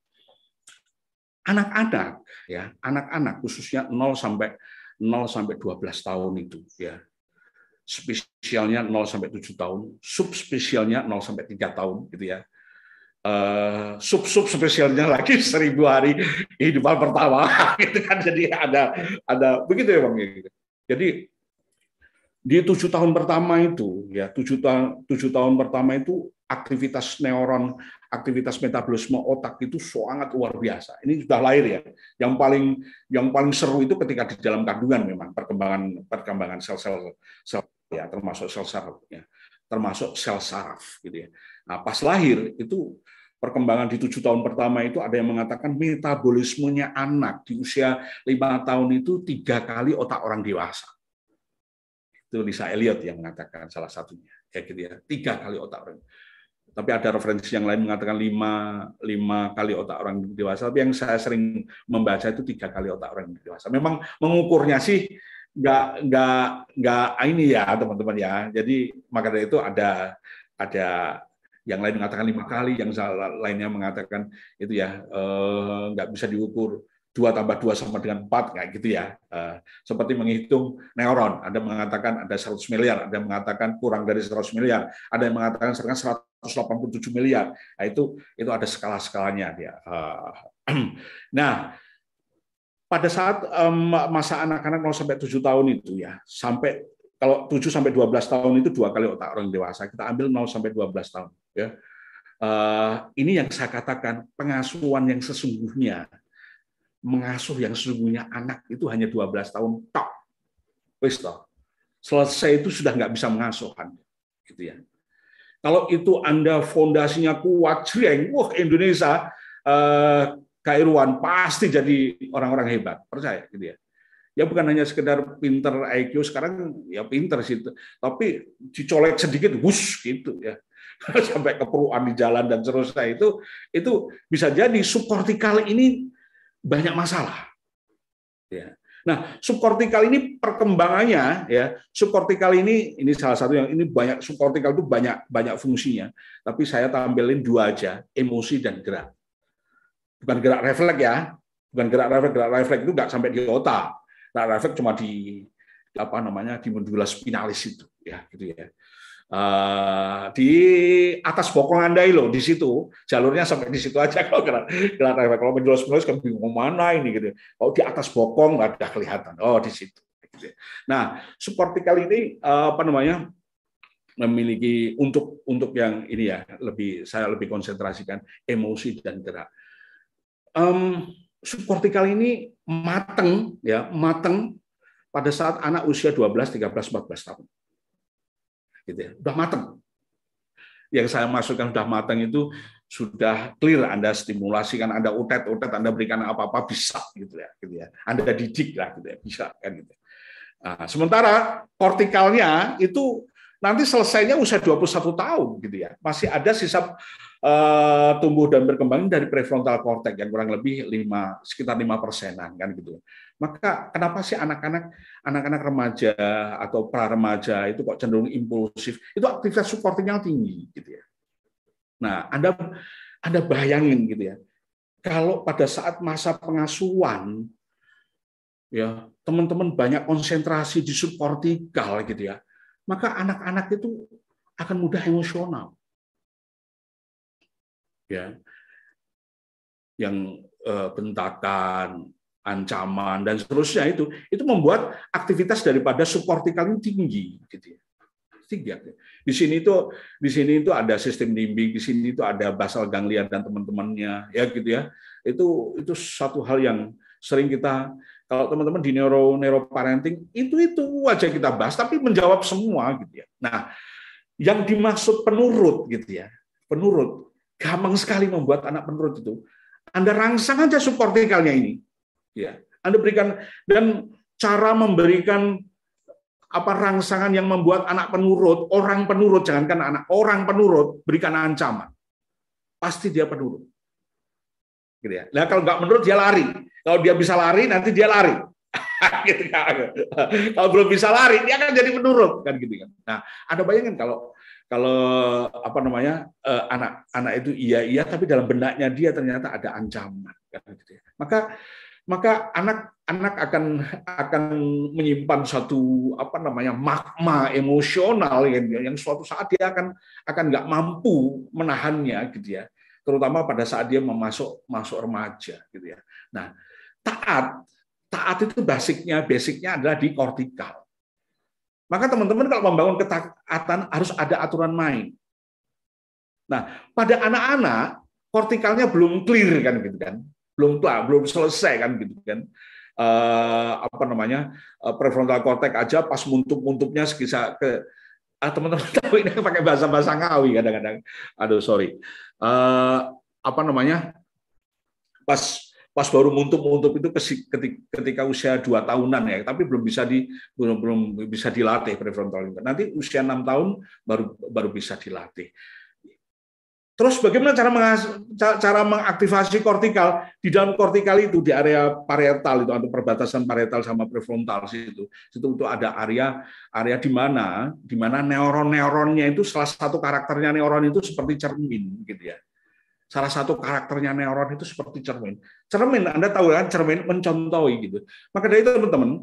S2: Anak-anak ya, anak-anak khususnya nol sampai nol sampai dua belas tahun itu ya. Spesialnya nol sampai tujuh tahun, subspesialnya nol sampai tiga tahun gitu ya. Uh, sub-sub spesialnya lagi seribu hari kehidupan pertama gitu kan. Jadi ada ada begitu ya Bang gitu. Jadi di tujuh tahun pertama itu ya, tujuh tahun tujuh tahun pertama itu aktivitas neuron, aktivitas metabolisme otak itu sangat luar biasa. Ini sudah lahir ya. Yang paling yang paling seru itu ketika di dalam kandungan memang perkembangan perkembangan sel-sel sel ya, termasuk sel saraf ya, termasuk sel saraf gitu ya. Nah, pas lahir itu perkembangan di tujuh tahun pertama itu ada yang mengatakan metabolismenya anak di usia lima tahun itu tiga kali otak orang dewasa. Itu Lisa Elliot yang mengatakan salah satunya kayak gitu ya, tiga kali otak orang. Tapi ada referensi yang lain mengatakan lima, lima kali otak orang dewasa. Tapi yang saya sering membaca itu tiga kali otak orang dewasa. Memang mengukurnya sih nggak nggak nggak ini ya teman-teman ya. Jadi maka dari itu ada ada yang lain mengatakan lima kali, yang lainnya mengatakan itu ya eh, nggak bisa diukur dua tambah dua sama dengan empat kayak gitu ya. Eh, seperti menghitung neuron. Ada mengatakan ada seratus miliar, ada yang mengatakan kurang dari seratus miliar, ada yang mengatakan seratus delapan puluh tujuh miliar. Nah, itu itu ada skala-skalanya dia. Nah, pada saat masa anak-anak nol sampai tujuh tahun itu ya, sampai kalau tujuh sampai dua belas tahun itu dua kali otak orang dewasa. Kita ambil nol sampai dua belas tahun ya. Ini yang saya katakan pengasuhan yang sesungguhnya. Mengasuh yang sesungguhnya anak itu hanya dua belas tahun tok. Wis toh. Selesai itu sudah nggak bisa mengasuh gitu ya. Kalau itu Anda fondasinya kuat, jreng, wah Indonesia eh, Kak Irwan pasti jadi orang-orang hebat, percaya gitu ya. Ya bukan hanya sekedar pinter I Q sekarang ya pinter sih, tapi dicolek sedikit, wush gitu ya. Sampai keperluan di jalan dan seterusnya itu itu bisa jadi subkortikal ini banyak masalah. Ya. Nah, subkortikal ini perkembangannya ya, subkortikal ini ini salah satu yang ini banyak subkortikal itu banyak banyak fungsinya, tapi saya tampilin dua aja, emosi dan gerak. Bukan gerak refleks ya, bukan gerak refleks, gerak refleks itu nggak sampai di otak. Gerak refleks cuma di apa namanya di medula spinalis itu ya, gitu ya. Uh, di atas bokong Anda loh, di situ jalurnya sampai di situ aja kalau gerak gerak refleks. Kalau medula spinalis kan bingung mana ini gitu. Kalau di atas bokong nggak ada kelihatan. Oh di situ. Nah, subkortikal ini uh, apa namanya memiliki untuk untuk yang ini ya lebih saya lebih konsentrasikan emosi dan gerak. Um, subkortikal ini mateng ya mateng pada saat anak usia dua belas, tiga belas, empat belas tahun. Gitu ya, udah matang. Yang saya masukkan sudah matang itu sudah clear, Anda stimulasikan, Anda utet-utet, Anda berikan apa-apa bisa gitu ya, gitu ya. Anda didik lah gitu ya, bisa kan gitu. Nah, sementara kortikalnya itu nanti selesainya usia dua puluh satu tahun gitu ya. Masih ada sisa uh, tumbuh dan berkembang dari prefrontal cortex yang kurang lebih lima sekitar lima persenan kan gitu. Maka kenapa sih anak-anak anak-anak remaja atau pra remaja itu kok cenderung impulsif? Itu aktivitas subkortikal tinggi gitu ya. Nah, Anda Anda bayangin gitu ya. Kalau pada saat masa pengasuhan ya, teman-teman banyak konsentrasi di subkortikal gitu ya. Maka anak-anak itu akan mudah emosional. Ya. Yang eh, bentakan, ancaman dan seterusnya itu itu membuat aktivitas daripada subkortikal ini tinggi gitu ya. Tiga. Di sini itu di sini itu ada sistem limbik, di sini itu ada basal ganglia dan teman-temannya, ya gitu ya. Itu itu satu hal yang sering kita, kalau teman-teman di neuro neuroparenting itu itu aja kita bahas, tapi menjawab semua gitu ya. Nah, yang dimaksud penurut gitu ya, penurut gampang sekali membuat anak penurut itu. Anda rangsang aja subkortikalnya ini, ya. Anda berikan, dan cara memberikan apa rangsangan yang membuat anak penurut, orang penurut, jangankan anak, orang penurut, berikan ancaman. Pasti dia penurut. Gitu ya. Nah, kalau nggak menurut dia lari. Kalau dia bisa lari, nanti dia lari. Gitu kan. Kalau belum bisa lari, dia akan jadi penurut kan gitu kan. Nah, ada bayangin kalau kalau apa namanya anak-anak itu iya iya, tapi dalam benaknya dia ternyata ada ancaman kan gitu ya. Maka maka anak-anak akan akan menyimpan satu apa namanya magma emosional yang yang suatu saat dia akan akan nggak mampu menahannya gitu ya, terutama pada saat dia memasuk masuk remaja gitu ya. Nah, taat taat itu basicnya basicnya adalah di kortikal. Maka teman-teman kalau membangun ketaatan harus ada aturan main. Nah, pada anak-anak kortikalnya belum clear kan gitu kan. belum belum selesai kan gitu kan, uh, apa namanya uh, prefrontal cortex aja pas muntup-muntupnya sekisa ke ah, teman-teman tahu ini pakai bahasa-bahasa ngawi kadang-kadang, aduh sorry, uh, apa namanya pas pas baru muntup-muntup itu ketika, ketika usia dua tahunan ya, tapi belum bisa di belum belum bisa dilatih prefrontal. Nanti usia enam tahun baru baru bisa dilatih. Terus bagaimana cara cara mengaktifasi kortikal? Di dalam kortikal itu di area parietal itu atau perbatasan parietal sama prefrontal situ. Situ itu ada area area di mana di mana neuron-neuronnya itu salah satu karakternya neuron itu seperti cermin gitu ya. Salah satu karakternya neuron itu seperti cermin. Cermin Anda tahu kan, cermin mencontohi gitu. Maka dari itu teman-teman,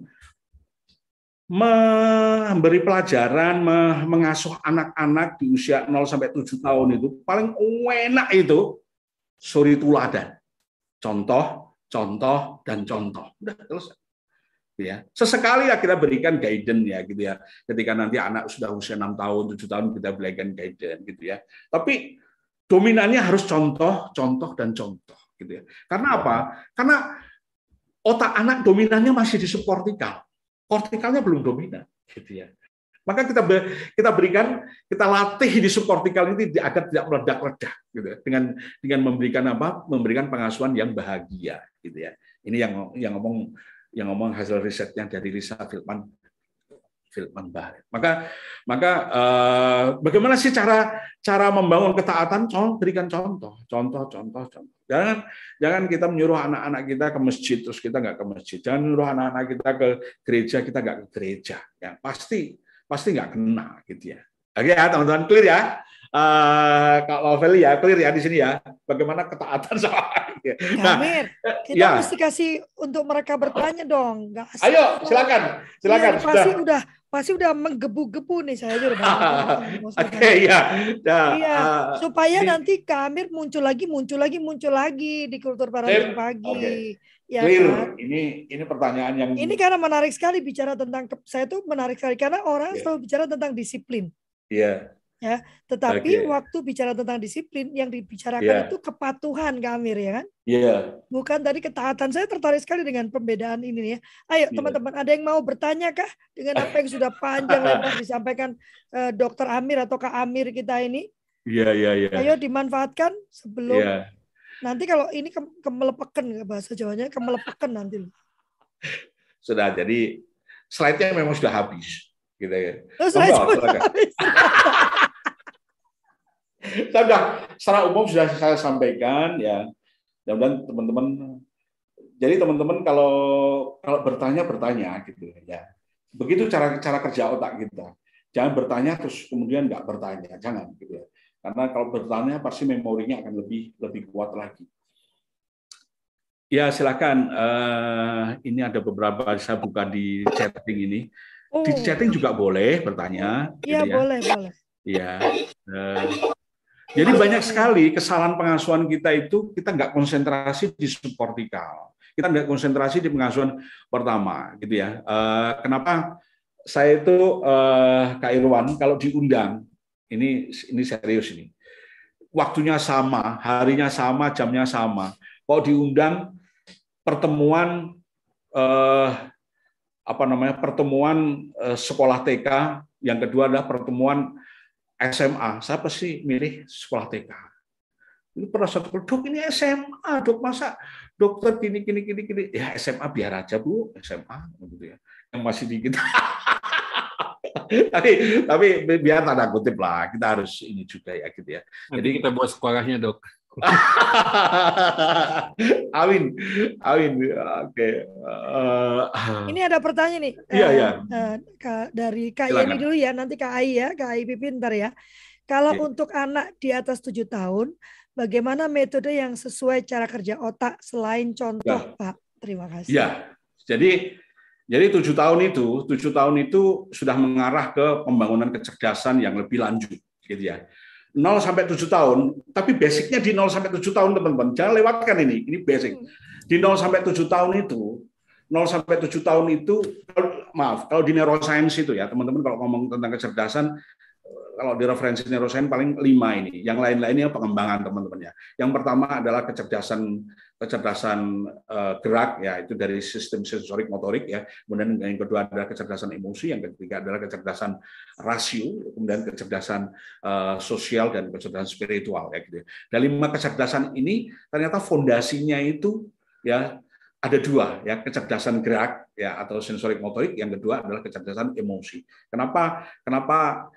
S2: memberi pelajaran, mengasuh anak-anak di usia nol sampai tujuh tahun itu paling enak itu suri tuladan. Contoh, contoh, dan contoh. Udah selesai. Ya. Sesekali ya kita berikan guidance ya gitu ya. Ketika nanti anak sudah usia enam tahun, tujuh tahun kita berikan guidance gitu ya. Tapi dominannya harus contoh, contoh, dan contoh gitu ya. Karena apa? Karena otak anak dominannya masih di subkortikal. Kortikalnya belum dominan, gitu ya. Maka kita kita berikan, kita latih di subkortikal ini agar tidak meledak-ledak, gitu ya. Dengan dengan memberikan apa? Memberikan pengasuhan yang bahagia, gitu ya. Ini yang yang ngomong yang ngomong hasil risetnya dari Lisa Feldman Feldman Barrett. Maka maka eh, bagaimana sih cara cara membangun ketaatan? Contoh, berikan contoh, contoh, contoh, contoh. Jangan jangan kita menyuruh anak-anak kita ke masjid terus kita nggak ke masjid. Jangan menyuruh anak-anak kita ke gereja kita nggak ke gereja. Ya pasti pasti nggak kena gitu ya. Oke ya teman-teman, clear ya. Uh, Kak Lovely ya, clear ya di sini ya. Bagaimana ketaatan soal.
S1: Nah, Amir, kita ya. mesti kasih untuk mereka bertanya dong. Nggak asal
S2: Ayo, silakan, silakan.
S1: Ya, pasti udah pasti udah menggebu-gebu nih saya aja udah
S2: Oke okay, ya.
S1: Iya, uh, supaya di, nanti Kak Amir muncul lagi, muncul lagi, muncul lagi di Kultur Parenting Pagi. Okay. Ya,
S2: clear.
S1: Kan?
S2: Ini ini pertanyaan yang
S1: ini karena menarik sekali bicara tentang saya tuh menarik sekali karena orang yeah. selalu bicara tentang disiplin.
S2: Iya. Yeah.
S1: Ya, tetapi
S2: okay.
S1: waktu bicara tentang disiplin yang dibicarakan yeah. itu kepatuhan Kak Amir ya kan?
S2: Iya. Yeah.
S1: Bukan tadi ketaatan. Saya tertarik sekali dengan pembedaan ini ya. Ayo teman-teman, yeah. ada yang mau bertanya kah dengan apa yang sudah panjang lebar disampaikan uh, Dokter Amir atau Kak Amir kita ini?
S2: Iya, yeah, iya, yeah, iya. Yeah.
S1: Ayo dimanfaatkan sebelum
S2: yeah.
S1: nanti kalau ini ke kemelepekan bahasa Jawanya kemelepekan nanti.
S2: Sudah, jadi slide-nya memang sudah habis gitu ya.
S1: Oh, slide sudah habis.
S2: Saya sudah secara umum sudah saya sampaikan ya. Mudah-mudahan teman-teman, jadi teman-teman kalau kalau bertanya bertanya gitu ya. Begitu cara cara kerja otak kita. Jangan bertanya terus kemudian nggak bertanya, jangan gitu ya. Karena kalau bertanya pasti memorinya akan lebih lebih kuat lagi. Ya silakan. Uh, ini ada beberapa saya buka di chatting ini. Oh. Di chatting juga boleh bertanya.
S1: Iya gitu ya. boleh boleh.
S2: Iya. Uh, Jadi banyak sekali kesalahan pengasuhan kita itu kita nggak konsentrasi di subkortikal, kita nggak konsentrasi di pengasuhan pertama, gitu ya. Kenapa? saya itu uh, Kak Irwan kalau diundang, ini ini serius ini. Waktunya sama, harinya sama, jamnya sama. Kalau diundang pertemuan uh, apa namanya? pertemuan uh, sekolah T K, yang kedua adalah pertemuan S M A. Saya pasti milih sekolah T K. Ini pernah satu dok ini S M A, dok masa dokter gini gini gini gini. Ya S M A biar aja Bu, S M A gitu ya. Yang masih dikit. tapi tapi biar tanda kutip lah, kita harus ini juga ya gitu ya.
S3: Nanti jadi kita buat sekolahnya dok.
S2: Amin, amin. Oke. Uh,
S1: ini ada pertanyaan nih.
S2: Iya, iya.
S1: Uh, uh, dari Kak Yeni dulu ya, nanti Kak Ai ya, Kak Ai Pipin ntar ya. Kalau ya. Untuk anak di atas tujuh tahun, bagaimana metode yang sesuai cara kerja otak selain contoh, ya. Pak? Terima kasih.
S2: Ya, jadi jadi tujuh tahun itu, tujuh tahun itu sudah mengarah ke pembangunan kecerdasan yang lebih lanjut, gitu ya. nol sampai tujuh tahun, tapi basicnya di nol sampai tujuh tahun teman-teman. Jangan lewatkan ini, ini basic. Di nol sampai tujuh tahun itu, nol sampai tujuh tahun itu, maaf, kalau di neuroscience itu ya, teman-teman kalau ngomong tentang kecerdasan, kalau di referensi neuroscience paling lima ini. Yang lain-lainnya pengembangan teman-teman ya. Yang pertama adalah kecerdasan kecerdasan uh, gerak ya, itu dari sistem sensorik motorik ya. Kemudian yang kedua adalah kecerdasan emosi, yang ketiga adalah kecerdasan rasio, kemudian kecerdasan uh, sosial dan kecerdasan spiritual ya gitu. Dan lima kecerdasan ini ternyata fondasinya itu ya ada dua ya, kecerdasan gerak ya atau sensorik motorik, yang kedua adalah kecerdasan emosi. Kenapa kenapa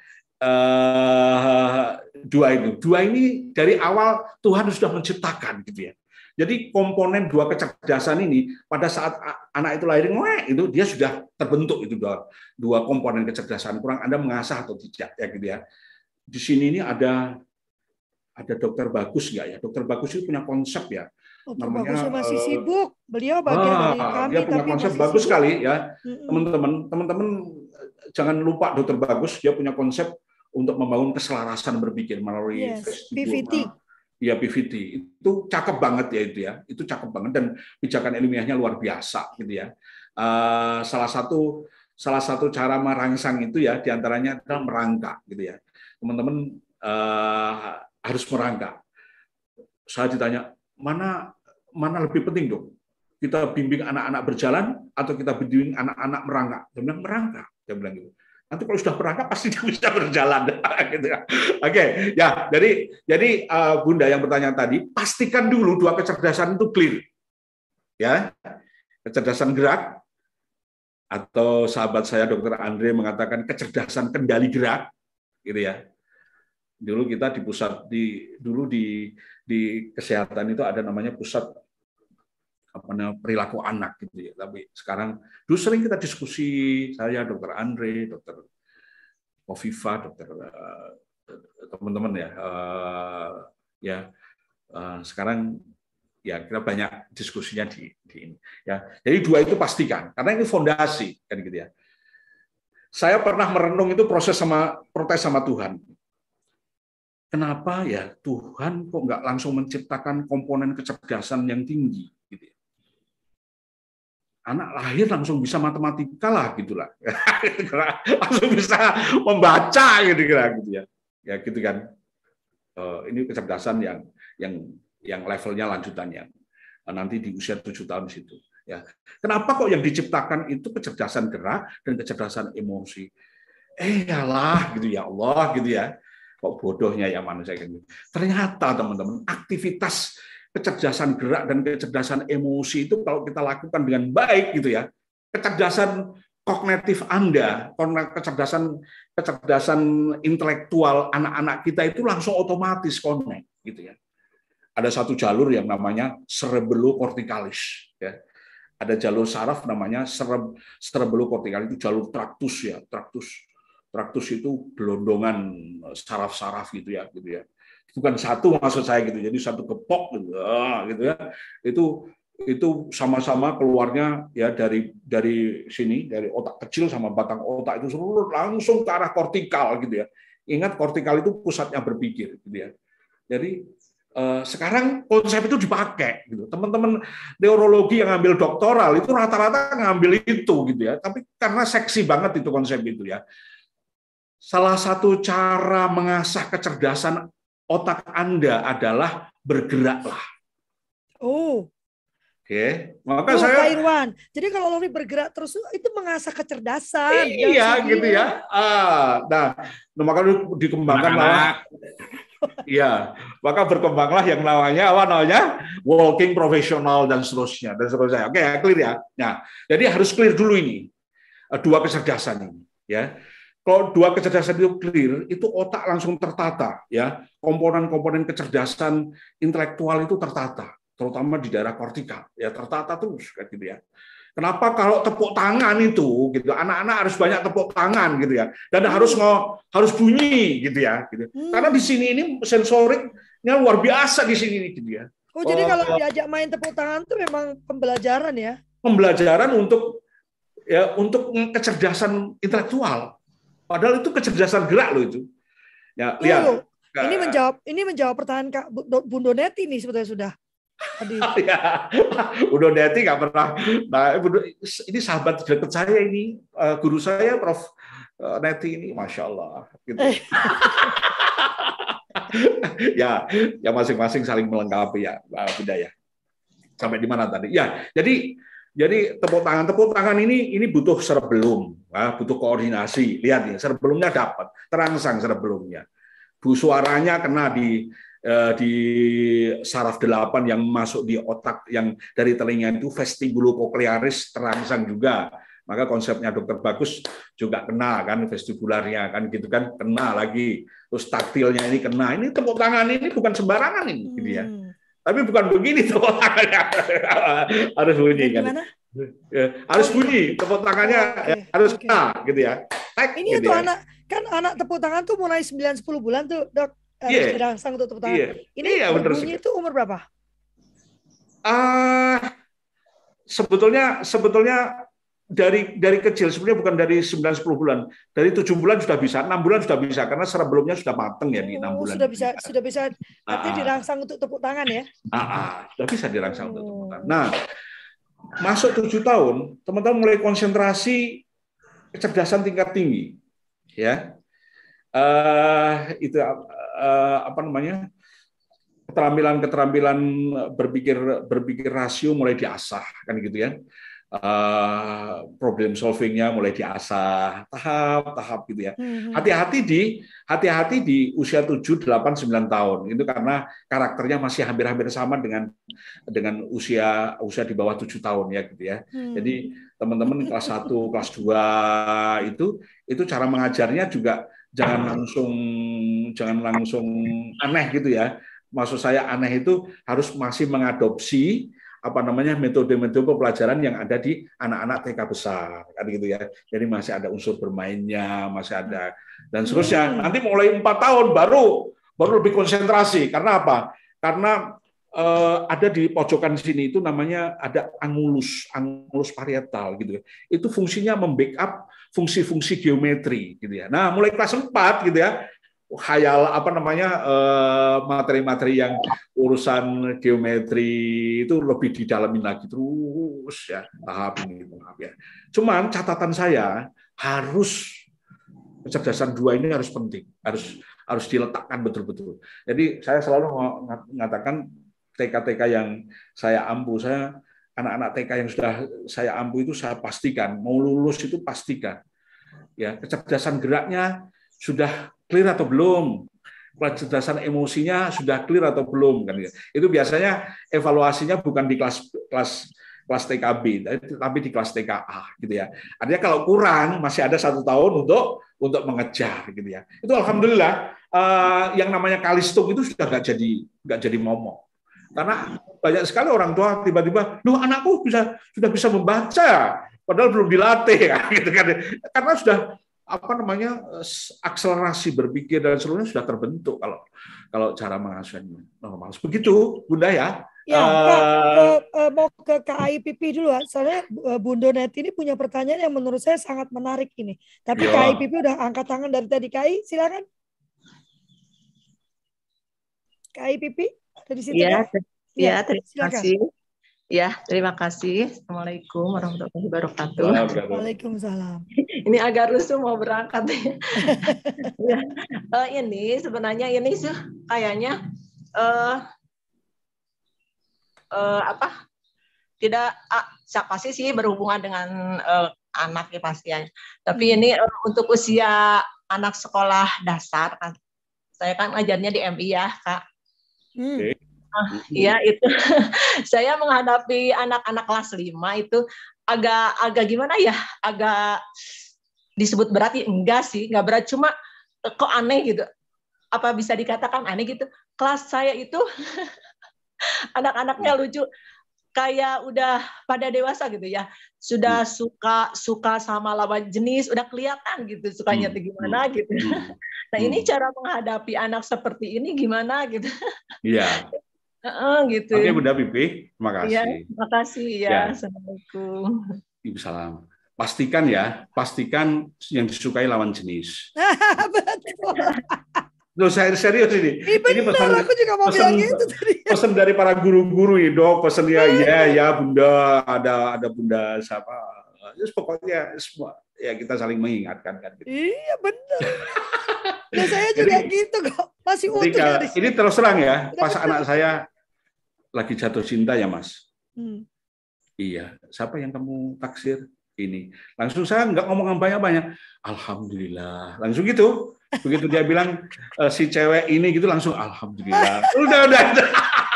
S2: Uh, dua itu, dua ini dari awal Tuhan sudah menciptakan gitu ya. Jadi komponen dua kecerdasan ini pada saat anak itu lahir, itu dia sudah terbentuk itu dua, dua komponen kecerdasan. Kurang Anda mengasah atau tidak ya gitu ya. Di sini ini ada ada Dokter Bagus nggak ya? Dokter Bagus itu punya konsep ya.
S1: Dokter Bagus masih sibuk. Beliau bagian
S2: ah,
S1: dari kami.
S2: Dia punya
S1: tapi
S2: konsep bagus sibuk. Sekali ya, teman-teman. Teman-teman jangan lupa Dokter Bagus dia punya konsep untuk membangun keselarasan berpikir melalui
S1: yes, P V T.
S2: Ya P V T itu cakep banget ya itu ya, itu cakep banget dan pijakan ilmiahnya luar biasa gitu ya. Uh, salah satu salah satu cara merangsang itu ya diantaranya adalah merangkak gitu ya. Teman-teman uh, harus merangkak. Saya ditanya mana mana lebih penting dong? Kita bimbing anak-anak berjalan atau kita bimbing anak-anak merangkak? Dia bilang merangkak. Dia bilang gitu. Nanti kalau sudah berangkat pasti dia bisa berjalan, gitu ya. Oke, ya. Jadi, jadi uh, Bunda yang bertanya tadi, pastikan dulu dua kecerdasan itu clear, ya. Kecerdasan gerak atau sahabat saya Dokter Andre mengatakan kecerdasan kendali gerak, gitu ya. Dulu kita di pusat di dulu di di kesehatan itu ada namanya pusat apa namanya perilaku anak gitu ya. Tapi sekarang dulu sering kita diskusi, saya Dokter Andre, Dokter Kofifa, Dokter teman-teman ya, uh, ya uh, sekarang ya kita banyak diskusinya di, di ini. Ya, jadi dua itu pastikan karena ini fondasi kan gitu ya. Saya pernah merenung itu proses sama protes sama Tuhan. Kenapa ya Tuhan kok nggak langsung menciptakan komponen kecerdasan yang tinggi? Gitu ya. Anak lahir langsung bisa matematika lah gitulah, langsung bisa membaca gitu kira gitu ya, ya gitu kan. Ini kecerdasan yang yang yang levelnya lanjutan yang nanti di usia tujuh tahun di situ. Ya, kenapa kok yang diciptakan itu kecerdasan gerak dan kecerdasan emosi? Eh yalah gitu ya Allah gitu ya. Kok bodohnya ya manusia gitu. Ternyata teman-teman aktivitas kecerdasan gerak dan kecerdasan emosi itu kalau kita lakukan dengan baik gitu ya, kecerdasan kognitif Anda, kecerdasan kecerdasan intelektual anak-anak kita itu langsung otomatis connect gitu ya. Ada satu jalur yang namanya cerebellocorticalis ya. Ada jalur saraf namanya cerebellocorticalis, itu jalur traktus ya, traktus. Traktus itu gelondongan saraf-saraf gitu ya, gitu ya. Bukan satu maksud saya gitu, jadi satu gepok gitu, gitu ya. Itu itu sama-sama keluarnya ya dari dari sini, dari otak kecil sama batang otak itu seluruh langsung ke arah kortikal gitu ya. Ingat kortikal itu pusatnya berpikir gitu ya. Jadi sekarang konsep itu dipakai gitu. Teman-teman neurologi yang ngambil doktoral itu rata-rata ngambil itu gitu ya. Tapi karena seksi banget itu konsep itu ya. Salah satu cara mengasah kecerdasan otak Anda adalah bergeraklah.
S1: Oh.
S2: Oke, maka
S1: oh,
S2: saya
S1: Pak Irwan. Jadi kalau Lori bergerak terus itu mengasah kecerdasan.
S2: Iya gitu ya. Ah, nah, maka dikembangkan malah iya, maka berkembanglah yang namanya apa namanya walking profesional dan seterusnya dan seterusnya. Oke, clear ya. Nah, jadi harus clear dulu ini dua kecerdasan ini, ya. Kalau dua kecerdasan itu clear, itu otak langsung tertata, ya. Komponen-komponen kecerdasan intelektual itu tertata, terutama di daerah kortikal, ya tertata terus, kayak gitu ya. Kenapa kalau tepuk tangan itu, gitu, anak-anak harus banyak tepuk tangan, gitu ya, dan hmm. harus ngo, harus bunyi, gitu ya, gitu. Hmm. Karena di sini ini sensoriknya luar biasa di sini, gitu ya.
S1: Oh, jadi uh, kalau diajak main tepuk tangan itu memang pembelajaran ya?
S2: Pembelajaran untuk ya untuk kecerdasan intelektual. Padahal itu kecerdasan gerak loh itu. Ya,
S1: Tuh, lihat. Ini menjawab ini menjawab pertanyaan Kak Bunda Neti nih sebetulnya sudah. Tadi.
S2: Ya, Bunda Neti nggak pernah. Nah, ini sahabat dekat saya ini, guru saya Prof Neti ini, masya Allah. Gitu. ya, ya masing-masing saling melengkapi ya, Bunda ya. Sampai di mana tadi? Ya, jadi jadi tepuk tangan tepuk tangan ini ini butuh cerebellum, ya, butuh koordinasi. Lihat nih, cerebellumnya dapat, terangsang cerebellumnya. Bu suaranya kena di di saraf delapan yang masuk di otak yang dari telinga itu vestibulococlearis terangsang juga. Maka konsepnya Dokter Bagus juga kena kan vestibularnya kan gitu kan kena lagi. Terus taktilnya ini kena. Ini tepuk tangan ini bukan sembarangan ini gitu ya. Tapi bukan begini tepuk tangannya. Harus bunyi kan. Ya, harus bunyi tepuk tangannya oh, okay. ya, harus okay. kena gitu ya.
S1: Tek, ini gitu tuh ya. Anak kan anak tepuk tangan tuh mulai sembilan sepuluh bulan tuh, Dok. Harus yeah. dirangsang untuk tepuk tangan. Yeah. Ini yeah, bunyi itu umur berapa?
S2: Uh, sebetulnya sebetulnya dari dari kecil sebenarnya bukan dari sembilan sepuluh bulan. Dari tujuh bulan sudah bisa, enam bulan sudah bisa karena cerebellumnya sudah mateng ya di enam
S1: oh,
S2: bulan.
S1: Sudah bisa ya. sudah bisa artinya uh, dirangsang untuk tepuk tangan ya.
S2: Uh, uh, sudah bisa dirangsang oh. untuk tepuk tangan. Nah, masuk tujuh tahun, teman-teman mulai konsentrasi kecerdasan tingkat tinggi, ya. Uh, itu uh, apa namanya keterampilan-keterampilan berpikir berpikir rasio mulai diasah, kan gitu ya. Uh, problem solvingnya mulai diasah tahap-tahap gitu ya. Hati-hati di hati-hati di usia tujuh, delapan, sembilan tahun. Itu karena karakternya masih hampir-hampir sama dengan dengan usia usia di bawah tujuh tahun ya gitu ya. Hmm. Jadi teman-teman kelas satu, kelas dua itu itu cara mengajarnya juga jangan langsung jangan langsung aneh gitu ya. Maksud saya aneh itu harus masih mengadopsi apa namanya metode-metode pembelajaran yang ada di anak-anak T K besar kan gitu ya. Jadi masih ada unsur bermainnya, masih ada dan seterusnya. Hmm. Nanti mulai empat tahun baru baru lebih konsentrasi. Karena apa? Karena eh, ada di pojokan sini itu namanya ada angulus, angulus parietal gitu ya. Itu fungsinya membackup fungsi-fungsi geometri gitu ya. Nah, mulai kelas empat gitu ya. Khayal apa namanya materi-materi yang urusan geometri itu lebih didalamin lagi terus ya tahap ini tahap ya. Cuman catatan saya harus kecerdasan dua ini harus penting, harus harus diletakkan betul-betul. Jadi saya selalu mengatakan T K-T K yang saya ampu, saya anak-anak T K yang sudah saya ampu itu saya pastikan mau lulus itu pastikan ya kecerdasan geraknya sudah clear atau belum, kecerdasan emosinya sudah clear atau belum kan gitu. Itu biasanya evaluasinya bukan di kelas kelas kelas T K B tapi di kelas T K A gitu ya. Artinya kalau kurang masih ada satu tahun untuk untuk mengejar gitu ya. Itu alhamdulillah eh, yang namanya kalistung itu sudah nggak jadi nggak jadi momok. Karena banyak sekali orang tua tiba-tiba, "Loh, anakku bisa sudah bisa membaca padahal belum dilatih," gitu kan. Karena sudah apa namanya akselerasi berpikir dan seluruhnya sudah terbentuk kalau kalau cara mengasuhnya normal. Begitu, Bunda ya.
S1: Ya, Kak, uh, uh, mau ke K I P P dulu. Soalnya uh, Bunda Neti ini punya pertanyaan yang menurut saya sangat menarik ini. Tapi yo. K I P P udah angkat tangan dari tadi. K I, silakan. K I P P. Dari situ,
S4: Ya,
S1: Kak?
S4: ya, terima
S1: silakan.
S4: kasih. Ya, terima kasih. Assalamualaikum warahmatullahi wabarakatuh.
S1: Waalaikumsalam.
S4: Ini agak rusuh mau berangkat. Ya. Uh, ini sebenarnya ini sih kayaknya uh, uh, apa? Tidak uh, pasti sih berhubungan dengan uh, anak ya pasti ya. Tapi hmm. ini uh, untuk usia anak sekolah dasar kan. Saya kan ngajarnya di M I ya, Kak. Hmm. Okay. Iya itu saya menghadapi anak-anak kelas lima itu agak agak gimana ya, agak disebut berat ya enggak sih, enggak berat, cuma kok aneh gitu. Apa bisa dikatakan aneh gitu? Kelas saya itu anak-anaknya lucu, kayak udah pada dewasa gitu ya, sudah suka suka sama lawan jenis, udah kelihatan gitu sukanya tuh gimana gitu. Nah ini cara menghadapi anak seperti ini gimana gitu?
S2: Iya.
S4: Uh, gitu.
S2: Oke Bunda Pipi, terima kasih.
S4: Ya, terima kasih ya. ya. Assalamualaikum.
S2: Ibu salam. Pastikan ya, pastikan yang disukai lawan jenis.
S1: Betul.
S2: Loh, saya serius ini.
S1: Ini benar, ini pesan, aku juga mau
S2: pesan,
S1: bilang gitu tadi.
S2: Pesan dari para guru-guru ini, dok, pesan ya, ya, ya Bunda, ada ada Bunda siapa. Terus pokoknya semua ya kita saling mengingatkan kan. Gitu.
S1: Iya benar. Nah, saya juga jadi, gitu kok. Masih utuh
S2: ya. Ini terus terang ya, pas betul. Anak saya lagi jatuh cinta ya Mas. Hmm. Iya, siapa yang kamu taksir? Ini. Langsung saya nggak ngomong banyak-banyak. Alhamdulillah. Langsung gitu. Begitu dia bilang e, si cewek ini gitu langsung alhamdulillah. Udah udah. udah.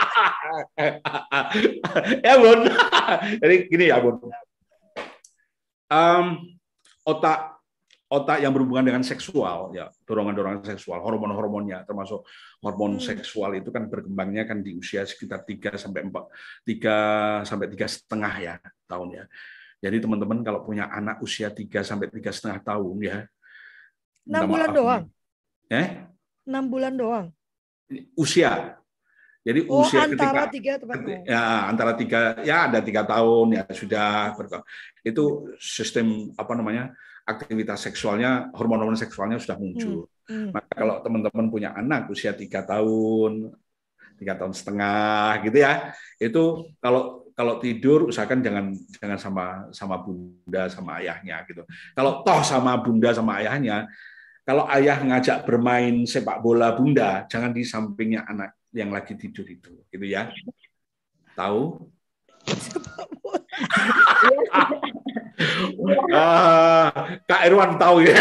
S2: Ya Bun. Jadi gini ya Bun. Um, otak otak yang berhubungan dengan seksual, ya dorongan-dorongan seksual, hormon-hormonnya, termasuk hormon hmm. seksual itu kan berkembangnya kan di usia sekitar tiga sampai empat, tiga sampai tiga setengah ya tahun ya. Jadi teman-teman kalau punya anak usia tiga sampai tiga setengah tahun ya,
S1: enam bulan doang.
S2: Eh?
S1: enam bulan doang.
S2: Usia. Jadi
S1: oh,
S2: usia
S1: antara
S2: ketika,
S1: tiga,
S2: ya antara tiga, ya ada tiga tahun ya sudah itu sistem apa namanya aktivitas seksualnya, hormon-hormon seksualnya sudah muncul. Hmm. Hmm. Maka kalau teman-teman punya anak usia tiga tahun, tiga tahun setengah gitu ya, itu kalau kalau tidur usahakan jangan jangan sama sama bunda sama ayahnya gitu. Kalau toh sama bunda sama ayahnya, kalau ayah ngajak bermain sepak bola bunda, jangan di sampingnya anak yang lagi tidur itu, gitu ya. Tahu? uh, Kak Irwan tahu ya.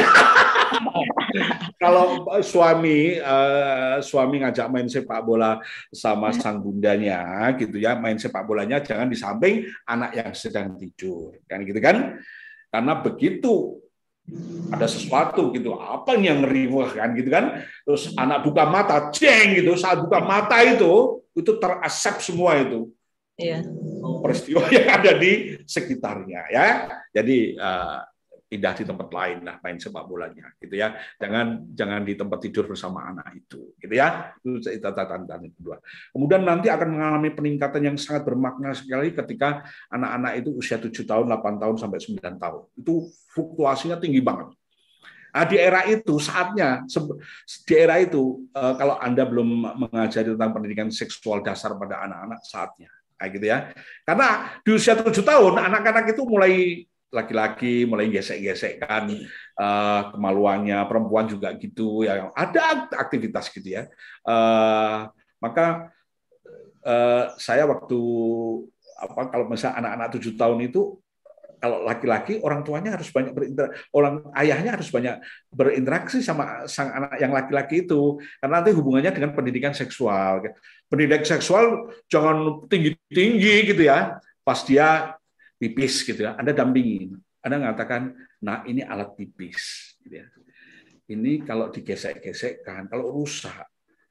S2: Kalau suami uh, suami ngajak main sepak bola sama sang bundanya, gitu ya, main sepak bolanya jangan di samping anak yang sedang tidur, kan gitu kan? Karena begitu ada sesuatu gitu, apa yang ngeri kan gitu kan, terus anak buka mata, ceng gitu, saat buka mata itu itu terasap semua itu. Iya. Peristiwa yang ada di sekitarnya ya. Jadi uh, pindah di tempat lain lah main sepak bolanya gitu ya. Jangan jangan di tempat tidur bersama anak itu gitu ya. Itu catatan kedua. Kemudian nanti akan mengalami peningkatan yang sangat bermakna sekali ketika anak-anak itu usia tujuh tahun, delapan tahun sampai sembilan tahun. Itu fluktuasinya tinggi banget. Nah, di era itu saatnya di era itu kalau Anda belum mengajari tentang pendidikan seksual dasar pada anak-anak, saatnya kayak gitu ya. Karena di usia tujuh tahun anak-anak itu mulai laki-laki mulai gesek-gesekkan uh, kemaluannya, perempuan juga gitu ya, ada aktivitas gitu ya. Uh, maka uh, saya waktu apa kalau misalnya anak-anak tujuh tahun itu, kalau laki-laki orang tuanya harus banyak berinteraksi, orang ayahnya harus banyak berinteraksi sama sang anak yang laki-laki itu, karena nanti hubungannya dengan pendidikan seksual. Pendidikan seksual jangan tinggi-tinggi gitu ya, pas dia pipis gitu ya, Anda dampingin, Anda mengatakan, nah ini alat pipis, gitu ya. Ini kalau digesek-gesekkan, kalau rusak,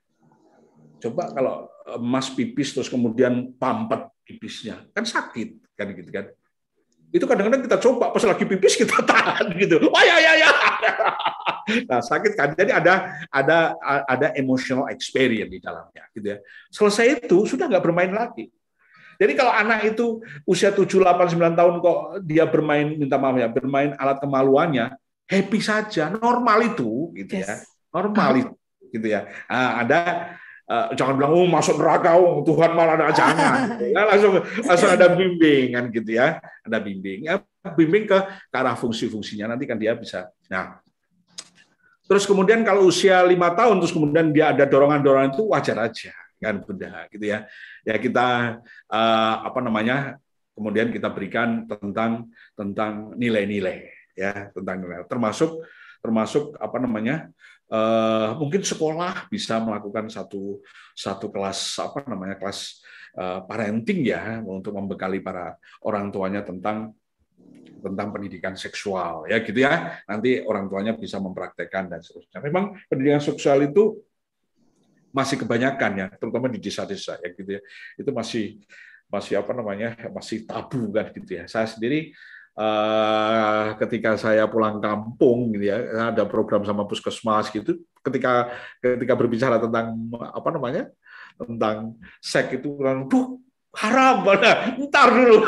S2: coba kalau Mas pipis terus kemudian pampet pipisnya, kan sakit kan gitu kan. Itu kadang-kadang kita coba pas lagi pipis kita tahan gitu. Oh ya ya ya. Nah, sakit kan. Jadi ada ada ada emotional experience di dalamnya gitu ya. Selesai itu sudah nggak bermain lagi. Jadi kalau anak itu usia tujuh, delapan, sembilan tahun kok dia bermain, minta maaf ya, bermain alat kemaluannya, happy saja, normal itu gitu ya. Normal itu gitu ya. Nah, ada uh, jangan bilang oh masuk neraka, oh Tuhan malah ada jangan. Gitu. Ya, langsung langsung ada bimbingan gitu ya, ada bimbing, ya, bimbing ke, ke arah fungsi-fungsinya nanti kan dia bisa. Nah, terus kemudian kalau usia lima tahun terus kemudian dia ada dorongan-dorongan itu wajar aja kan Bunda gitu ya. Ya kita uh, apa namanya kemudian kita berikan tentang tentang nilai-nilai ya, tentang nilai termasuk termasuk apa namanya uh, mungkin sekolah bisa melakukan satu satu kelas apa namanya kelas uh, parenting ya untuk membekali para orang tuanya tentang tentang pendidikan seksual ya gitu ya, nanti orang tuanya bisa mempraktekkan dan seterusnya. Memang pendidikan seksual itu masih kebanyakan ya, terutama di desa-desa ya gitu ya, itu masih masih apa namanya masih tabu kan gitu ya. Saya sendiri Uh, ketika saya pulang kampung gitu ya, ada program sama puskesmas gitu, ketika ketika berbicara tentang apa namanya tentang seks itu kan duh haram mana entar dulu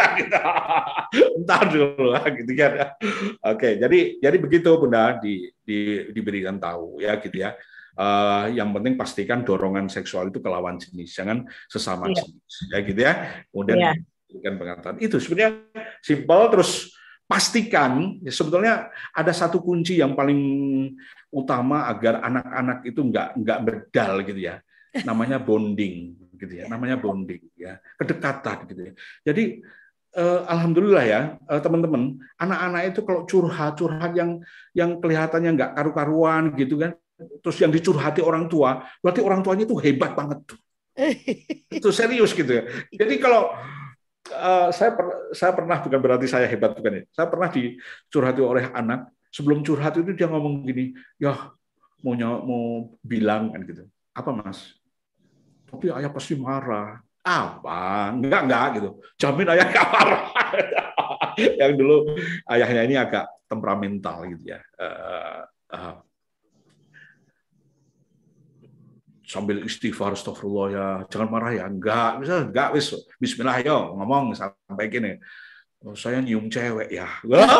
S2: entar dulu gitu kan. Oke, jadi jadi begitu Bunda di, di diberikan tahu ya gitu ya. Uh, yang penting pastikan dorongan seksual itu ke lawan jenis, jangan sesama yeah. jenis ya gitu ya. Kemudian yeah. berikan pengetahuan itu sebenarnya simpel. Terus pastikan ya, sebetulnya ada satu kunci yang paling utama agar anak-anak itu nggak nggak bedal gitu ya, namanya bonding gitu ya, namanya bonding ya, kedekatan gitu ya. Jadi eh, alhamdulillah ya eh, teman-teman, anak-anak itu kalau curhat-curhat yang yang kelihatannya nggak karu-karuan gitu kan, terus yang dicurhati orang tua, berarti orang tuanya itu hebat banget tuh, itu serius gitu ya. Jadi kalau Uh, saya per, saya pernah, bukan berarti saya hebat bukan ya. Saya pernah dicurhati oleh anak. Sebelum curhat itu dia ngomong gini, ya mau mau bilang kan gitu. Apa Mas? Tapi ayah pasti marah. Apa? Enggak enggak gitu. Jamin ayah enggak marah. Yang dulu ayahnya ini agak temperamental gitu ya. Uh, uh, sambil istighfar, astagfirullah ya, jangan marah ya, enggak, bisa enggak, wis, bismillah yo, ngomong sampai gini, oh, saya nyium cewek ya,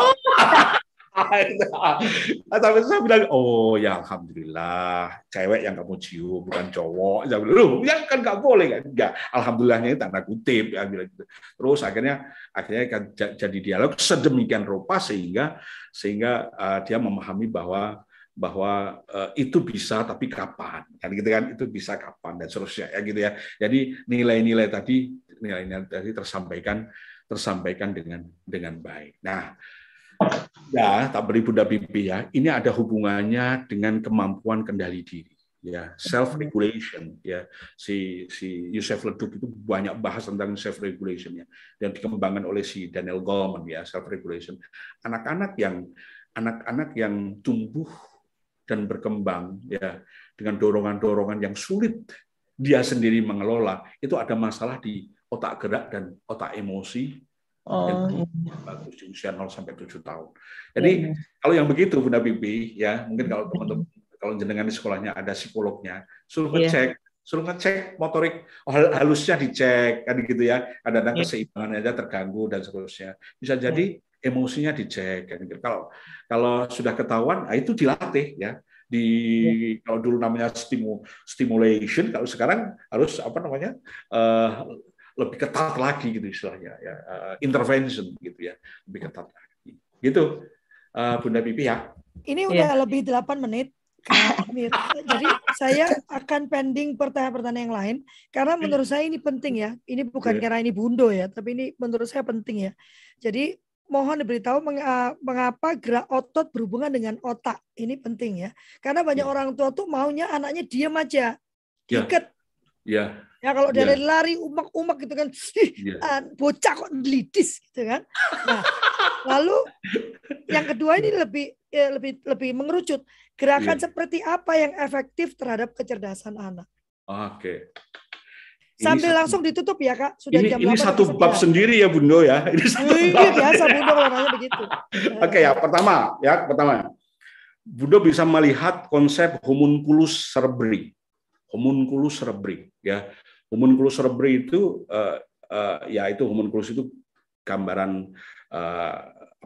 S2: tapi saya bilang, oh ya alhamdulillah, cewek yang kamu cium bukan cowok, saya bilang, loh, ya kan nggak boleh kan, enggak, alhamdulillahnya itu tanda kutip, ya bilang gitu. Terus akhirnya akhirnya kan jadi dialog sedemikian rupa sehingga sehingga uh, dia memahami bahwa bahwa uh, itu bisa tapi kapan kan gitu kan, itu bisa kapan dan seterusnya ya gitu ya. Jadi nilai-nilai tadi nilai-nilai tadi tersampaikan tersampaikan dengan dengan baik. Nah, ya tak beri Bunda Bibi ya, ini ada hubungannya dengan kemampuan kendali diri ya, self regulation ya. Si si Yosef Leduc itu banyak bahas tentang self regulation ya, dan dikembangkan oleh si Daniel Goleman ya, self regulation. Anak-anak yang anak-anak yang tumbuh dan berkembang ya dengan dorongan-dorongan yang sulit dia sendiri mengelola, itu ada masalah di otak gerak dan otak emosi. Oh. Bagus di usia nol sampai tujuh tahun. Jadi ya, kalau yang begitu Bunda Bibi ya, mungkin kalau teman-teman kalau jenengan di sekolahnya ada psikolognya, suruh ngecek, ya. suruh ngecek motorik halusnya dicek kan gitu ya. Kadang-kadang ya. keseimbangannya aja terganggu dan seterusnya. Bisa jadi ya. emosinya dicek kan gitu. Kalau kalau sudah ketahuan, nah itu dilatih ya. Di ya. Kalau dulu namanya stimu, stimulation, kalau sekarang harus apa namanya uh, lebih ketat lagi gitu istilahnya ya, uh, intervention gitu ya, lebih ketat lagi. Gitu uh, Bunda Bibi ya.
S1: Ini udah ya. lebih delapan menit. Jadi saya akan pending pertanyaan-pertanyaan yang lain karena menurut saya ini penting ya. Ini bukan ya. karena ini bundo ya, tapi ini menurut saya penting ya. Jadi mohon diberitahu mengapa gerak otot berhubungan dengan otak. Ini penting ya. Karena banyak ya. orang tua tuh maunya anaknya diam aja. Diikat.
S2: Ya.
S1: Ya kalau dia ya. lari umak-umak gitu kan. Ya. Uh, bocah kok lidis gitu kan. Nah, lalu yang kedua ini lebih ya, lebih lebih mengerucut. Gerakan ya. seperti apa yang efektif terhadap kecerdasan anak?
S2: Oke.
S1: Sambil
S2: satu,
S1: langsung ditutup ya Kak. Sudah
S2: ini,
S1: jam
S2: ini satu bab sendiri ya Bundo ya. Ini satu
S1: ini
S2: bab.
S1: biasa Bundo kalau nanya begitu.
S2: Oke ya, pertama ya, pertama. Bundo bisa melihat konsep homunculus cerebri. Homunculus cerebri ya. Homunculus cerebri itu uh, uh, ya itu homunculus itu gambaran uh,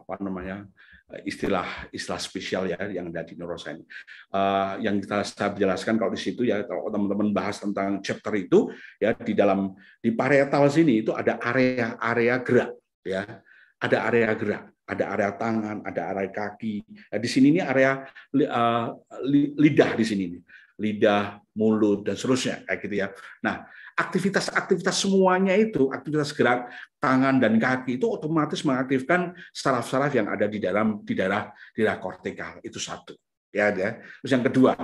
S2: apa namanya istilah istilah spesial ya yang ada di neuroscience. Uh, yang kita saya jelaskan kalau di situ ya, kalau teman-teman bahas tentang chapter itu ya, di dalam di parietal sini itu ada area-area gerak ya, ada area gerak, ada area tangan, ada area kaki. Nah, di sini ini area uh, lidah di sini nih. Lidah, mulut, dan seterusnya kayak gitu ya. Nah, aktivitas-aktivitas semuanya itu, aktivitas gerak tangan dan kaki itu otomatis mengaktifkan saraf-saraf yang ada di dalam di daerah di daerah kortikal. Itu satu. Ya, ya. Terus yang kedua,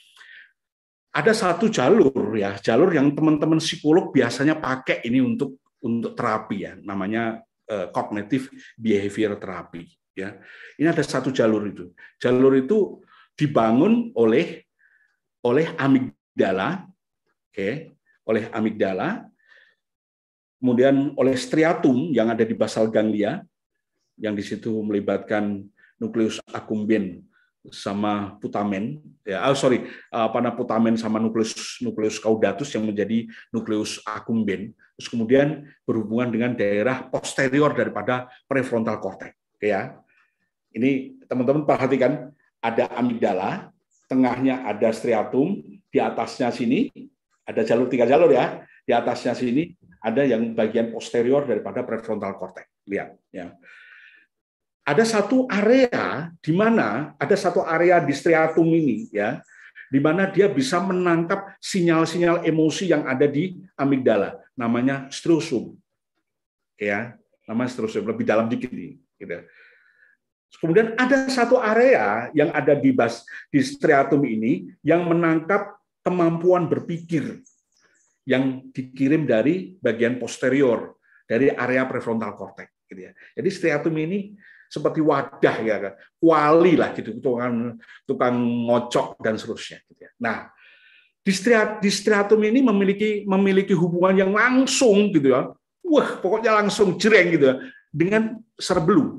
S2: ada satu jalur ya, jalur yang teman-teman psikolog biasanya pakai ini untuk untuk terapi ya, namanya uh, cognitive behavior therapy ya. Ini ada satu jalur itu. Jalur itu dibangun oleh oleh amigdala, oke, okay, oleh amigdala, kemudian oleh striatum yang ada di basal ganglia, yang di situ melibatkan nukleus accumbens sama putamen, ya, oh, sorry, apa namanya putamen sama nukleus nukleus caudatus yang menjadi nukleus accumbens, terus kemudian berhubungan dengan daerah posterior daripada prefrontal cortex, oke okay, ya. Ini teman-teman perhatikan, ada amigdala, tengahnya ada striatum, di atasnya sini ada jalur tiga jalur ya, di atasnya sini ada yang bagian posterior daripada prefrontal cortex. Lihat ya. Ada satu area di mana ada satu area di striatum ini ya, di mana dia bisa menangkap sinyal-sinyal emosi yang ada di amigdala, namanya strosum. Ya, namanya strosum, lebih dalam dikit nih, gitu. Kemudian ada satu area yang ada di bas di striatum ini yang menangkap kemampuan berpikir yang dikirim dari bagian posterior dari area prefrontal cortex, gitu ya. Jadi striatum ini seperti wadah ya, kuali lah gitu, tukang tukang ngocok dan seterusnya. Gitu ya. Nah, di striatum, di striatum ini memiliki memiliki hubungan yang langsung gitu ya. Wah, pokoknya langsung jreng gitu ya, dengan cerebellum.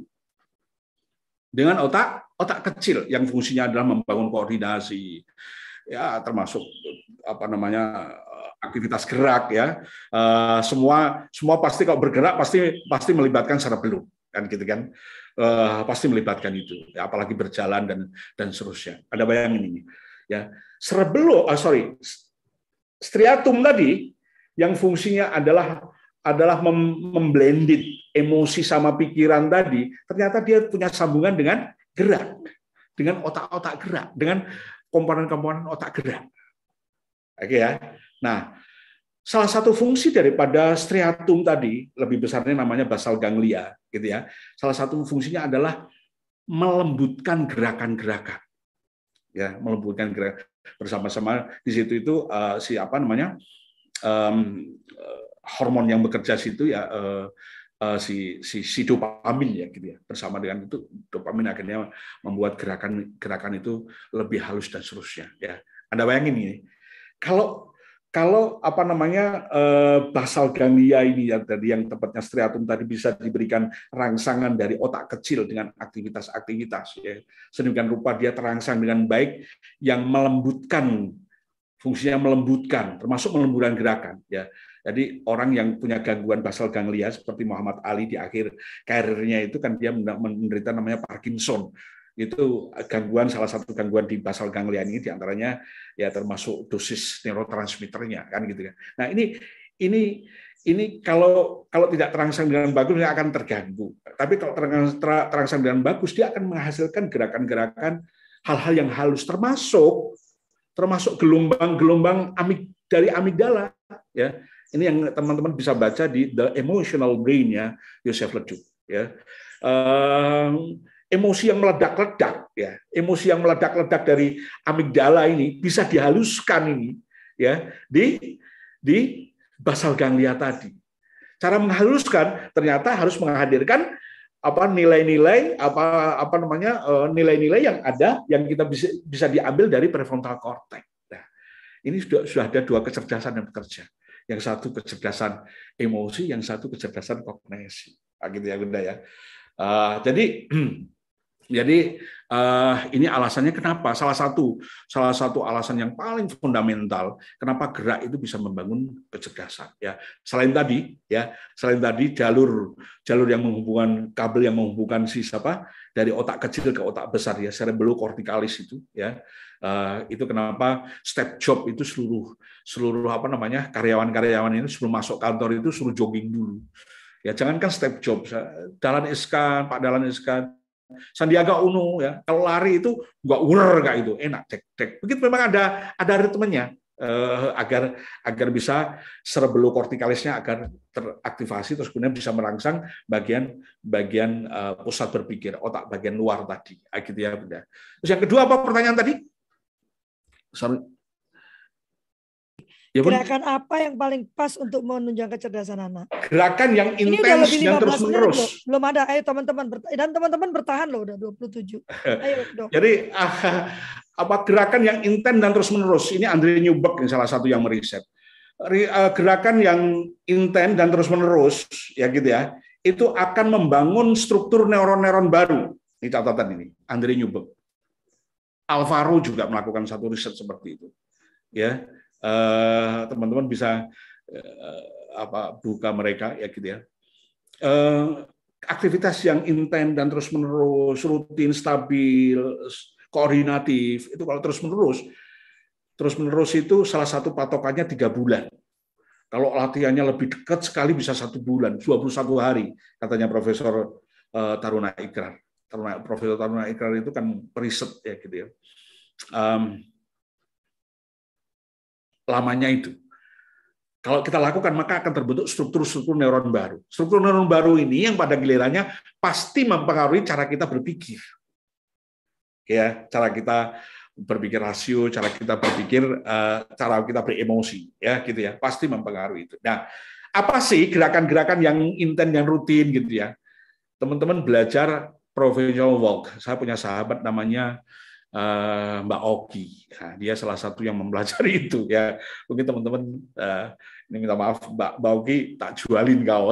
S2: Dengan otak otak kecil yang fungsinya adalah membangun koordinasi ya, termasuk apa namanya aktivitas gerak ya, uh, semua semua pasti kalau bergerak pasti pasti melibatkan cerebellum kan gitu kan, uh, pasti melibatkan itu ya, apalagi berjalan dan dan seterusnya. Ada bayangin ini ya, cerebellum uh, sorry striatum tadi yang fungsinya adalah adalah memblended emosi sama pikiran tadi, ternyata dia punya sambungan dengan gerak, dengan otak-otak gerak, dengan komponen-komponen otak gerak. Oke ya. Nah, salah satu fungsi daripada striatum tadi, lebih besarnya namanya basal ganglia, gitu ya. Salah satu fungsinya adalah melembutkan gerakan-gerakan. Ya, melembutkan gerakan bersama-sama di situ itu uh, si apa namanya? Um, hormon yang bekerja situ ya uh, uh, si, si si dopamin ya gitu ya, bersama dengan itu dopamin akhirnya membuat gerakan gerakan itu lebih halus dan seterusnya ya. Anda bayangin ini kalau kalau apa namanya uh, basal ganglia ini ya, tadi yang tepatnya striatum tadi bisa diberikan rangsangan dari otak kecil dengan aktivitas-aktivitas ya, sedemikian rupa dia terangsang dengan baik yang melembutkan, fungsinya melembutkan, termasuk melembutkan gerakan ya. Jadi orang yang punya gangguan basal ganglia seperti Muhammad Ali di akhir karirnya itu kan dia menderita namanya Parkinson. Itu gangguan, salah satu gangguan di basal ganglia ini diantaranya ya termasuk dosis neurotransmitternya kan gitu kan. Nah ini ini ini kalau kalau tidak terangsang dengan bagus dia akan terganggu. Tapi kalau terangsang dengan bagus dia akan menghasilkan gerakan-gerakan hal-hal yang halus, termasuk termasuk gelombang-gelombang amig dari amigdala ya. Ini yang teman-teman bisa baca di The Emotional Brain ya, Joseph Leduc ya. Um, emosi yang meledak-ledak ya, emosi yang meledak-ledak dari amigdala ini bisa dihaluskan ini ya di di basal ganglia tadi. Cara menghaluskan ternyata harus menghadirkan apa nilai-nilai apa apa namanya nilai-nilai yang ada yang kita bisa bisa diambil dari prefrontal cortex. Nah, ini sudah sudah ada dua kecerdasan yang bekerja. Yang satu kecerdasan emosi, yang satu kecerdasan kognisi. Nah, gitu ya Bunda ya. Uh, jadi jadi Uh, ini alasannya kenapa? Salah satu salah satu alasan yang paling fundamental kenapa gerak itu bisa membangun kecerdasan. Ya, selain tadi, ya, selain tadi jalur jalur yang menghubungkan kabel yang menghubungkan si siapa dari otak kecil ke otak besar ya, cerebellocorticalis itu, ya, uh, itu kenapa step job itu seluruh seluruh apa namanya karyawan-karyawan ini sebelum masuk kantor itu suruh jogging dulu. Ya, jangankan step job, Dahlan Iskan, Pak Dahlan Iskan, Sandiaga Uno, ya, kalau lari itu nggak urer kayak itu, enak, cek cek. Begitu memang ada ada ritmenya eh, agar agar bisa cerebellocorticalisnya agar teraktivasi, terus kemudian bisa merangsang bagian bagian eh, pusat berpikir, otak bagian luar tadi, gitu ya, Bunda. Terus yang kedua apa pertanyaan tadi? Sorry.
S1: Ya, gerakan apa yang paling pas untuk menunjang kecerdasan anak?
S2: Gerakan yang intens dan terus-menerus.
S1: Belum ada. Ayo teman-teman, dan teman-teman bertahan loh, udah dua puluh tujuh. Ayo, Dok.
S2: Jadi apa gerakan yang intens dan terus-menerus? Ini Andre Newberg yang salah satu yang meriset. Gerakan yang intens dan terus-menerus, ya gitu ya, itu akan membangun struktur neuron-neuron baru. Ini catatan ini, Andre Newberg. Alvaro juga melakukan satu riset seperti itu. Ya. Teman-teman uh, bisa uh, apa buka mereka ya gitu ya. Uh, aktivitas yang intens dan terus-menerus, rutin, stabil, koordinatif itu kalau terus-menerus, terus-menerus itu salah satu patokannya tiga bulan. Kalau latihannya lebih dekat sekali bisa satu bulan, dua puluh satu hari katanya Profesor uh, Taruna Ikrar. Taruna, Profesor Taruna Ikrar itu kan periset ya gitu ya. Um, lamanya itu. Kalau kita lakukan, maka akan terbentuk struktur-struktur neuron baru. Struktur neuron baru ini yang pada gilirannya pasti mempengaruhi cara kita berpikir. Ya, cara kita berpikir rasio, cara kita berpikir, cara kita beremosi, ya gitu ya, pasti mempengaruhi itu. Nah, apa sih gerakan-gerakan yang intens, yang rutin gitu ya? Teman-teman belajar professional walk. Saya punya sahabat namanya Uh, Mbak Oki, nah, dia salah satu yang mempelajari itu ya. Mungkin teman-teman uh, ini minta maaf Mbak, Mbak Oki tak jualin kau.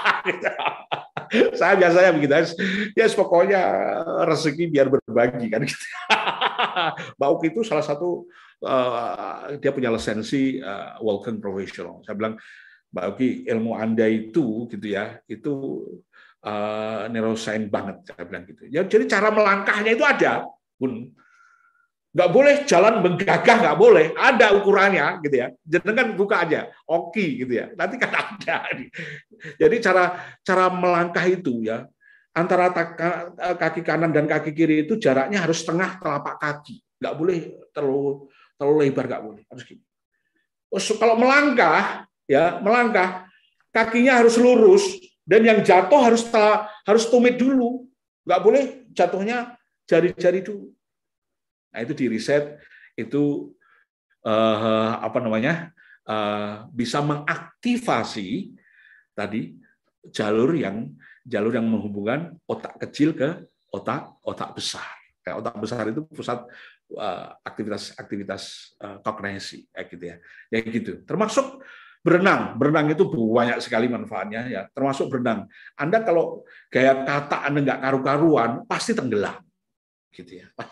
S2: Saya biasanya begitu, ya yes, pokoknya rezeki biar berbagi kan. Gitu. Mbak Oki itu salah satu uh, dia punya lisensi uh, walking professional. Saya bilang Mbak Oki, ilmu Anda itu gitu ya, itu uh, neuroscience banget. Saya bilang gitu. Ya, jadi cara melangkahnya itu ada pun. Nggak boleh jalan menggagah, nggak boleh. Ada ukurannya, gitu ya. Jadi kan buka aja, oke, gitu ya. Nanti kan ada. Jadi cara cara melangkah itu ya, antara kaki kanan dan kaki kiri itu jaraknya harus setengah telapak kaki. Nggak boleh terlalu terlalu lebar, nggak boleh. Harus gini. Kalau melangkah, ya melangkah, kakinya harus lurus dan yang jatuh harus harus tumit dulu. Nggak boleh jatuhnya jari-jari dulu. Nah, itu di riset itu uh, apa namanya uh, bisa mengaktifasi tadi jalur yang jalur yang menghubungkan otak kecil ke otak otak besar. Kayak otak besar itu pusat uh, aktivitas-aktivitas uh, kognisi, kayak gitu ya. Ya gitu. Termasuk berenang. Berenang itu banyak sekali manfaatnya ya. Termasuk berenang. Anda kalau gaya kata Anda nggak karu-karuan pasti tenggelam. Gitu ya.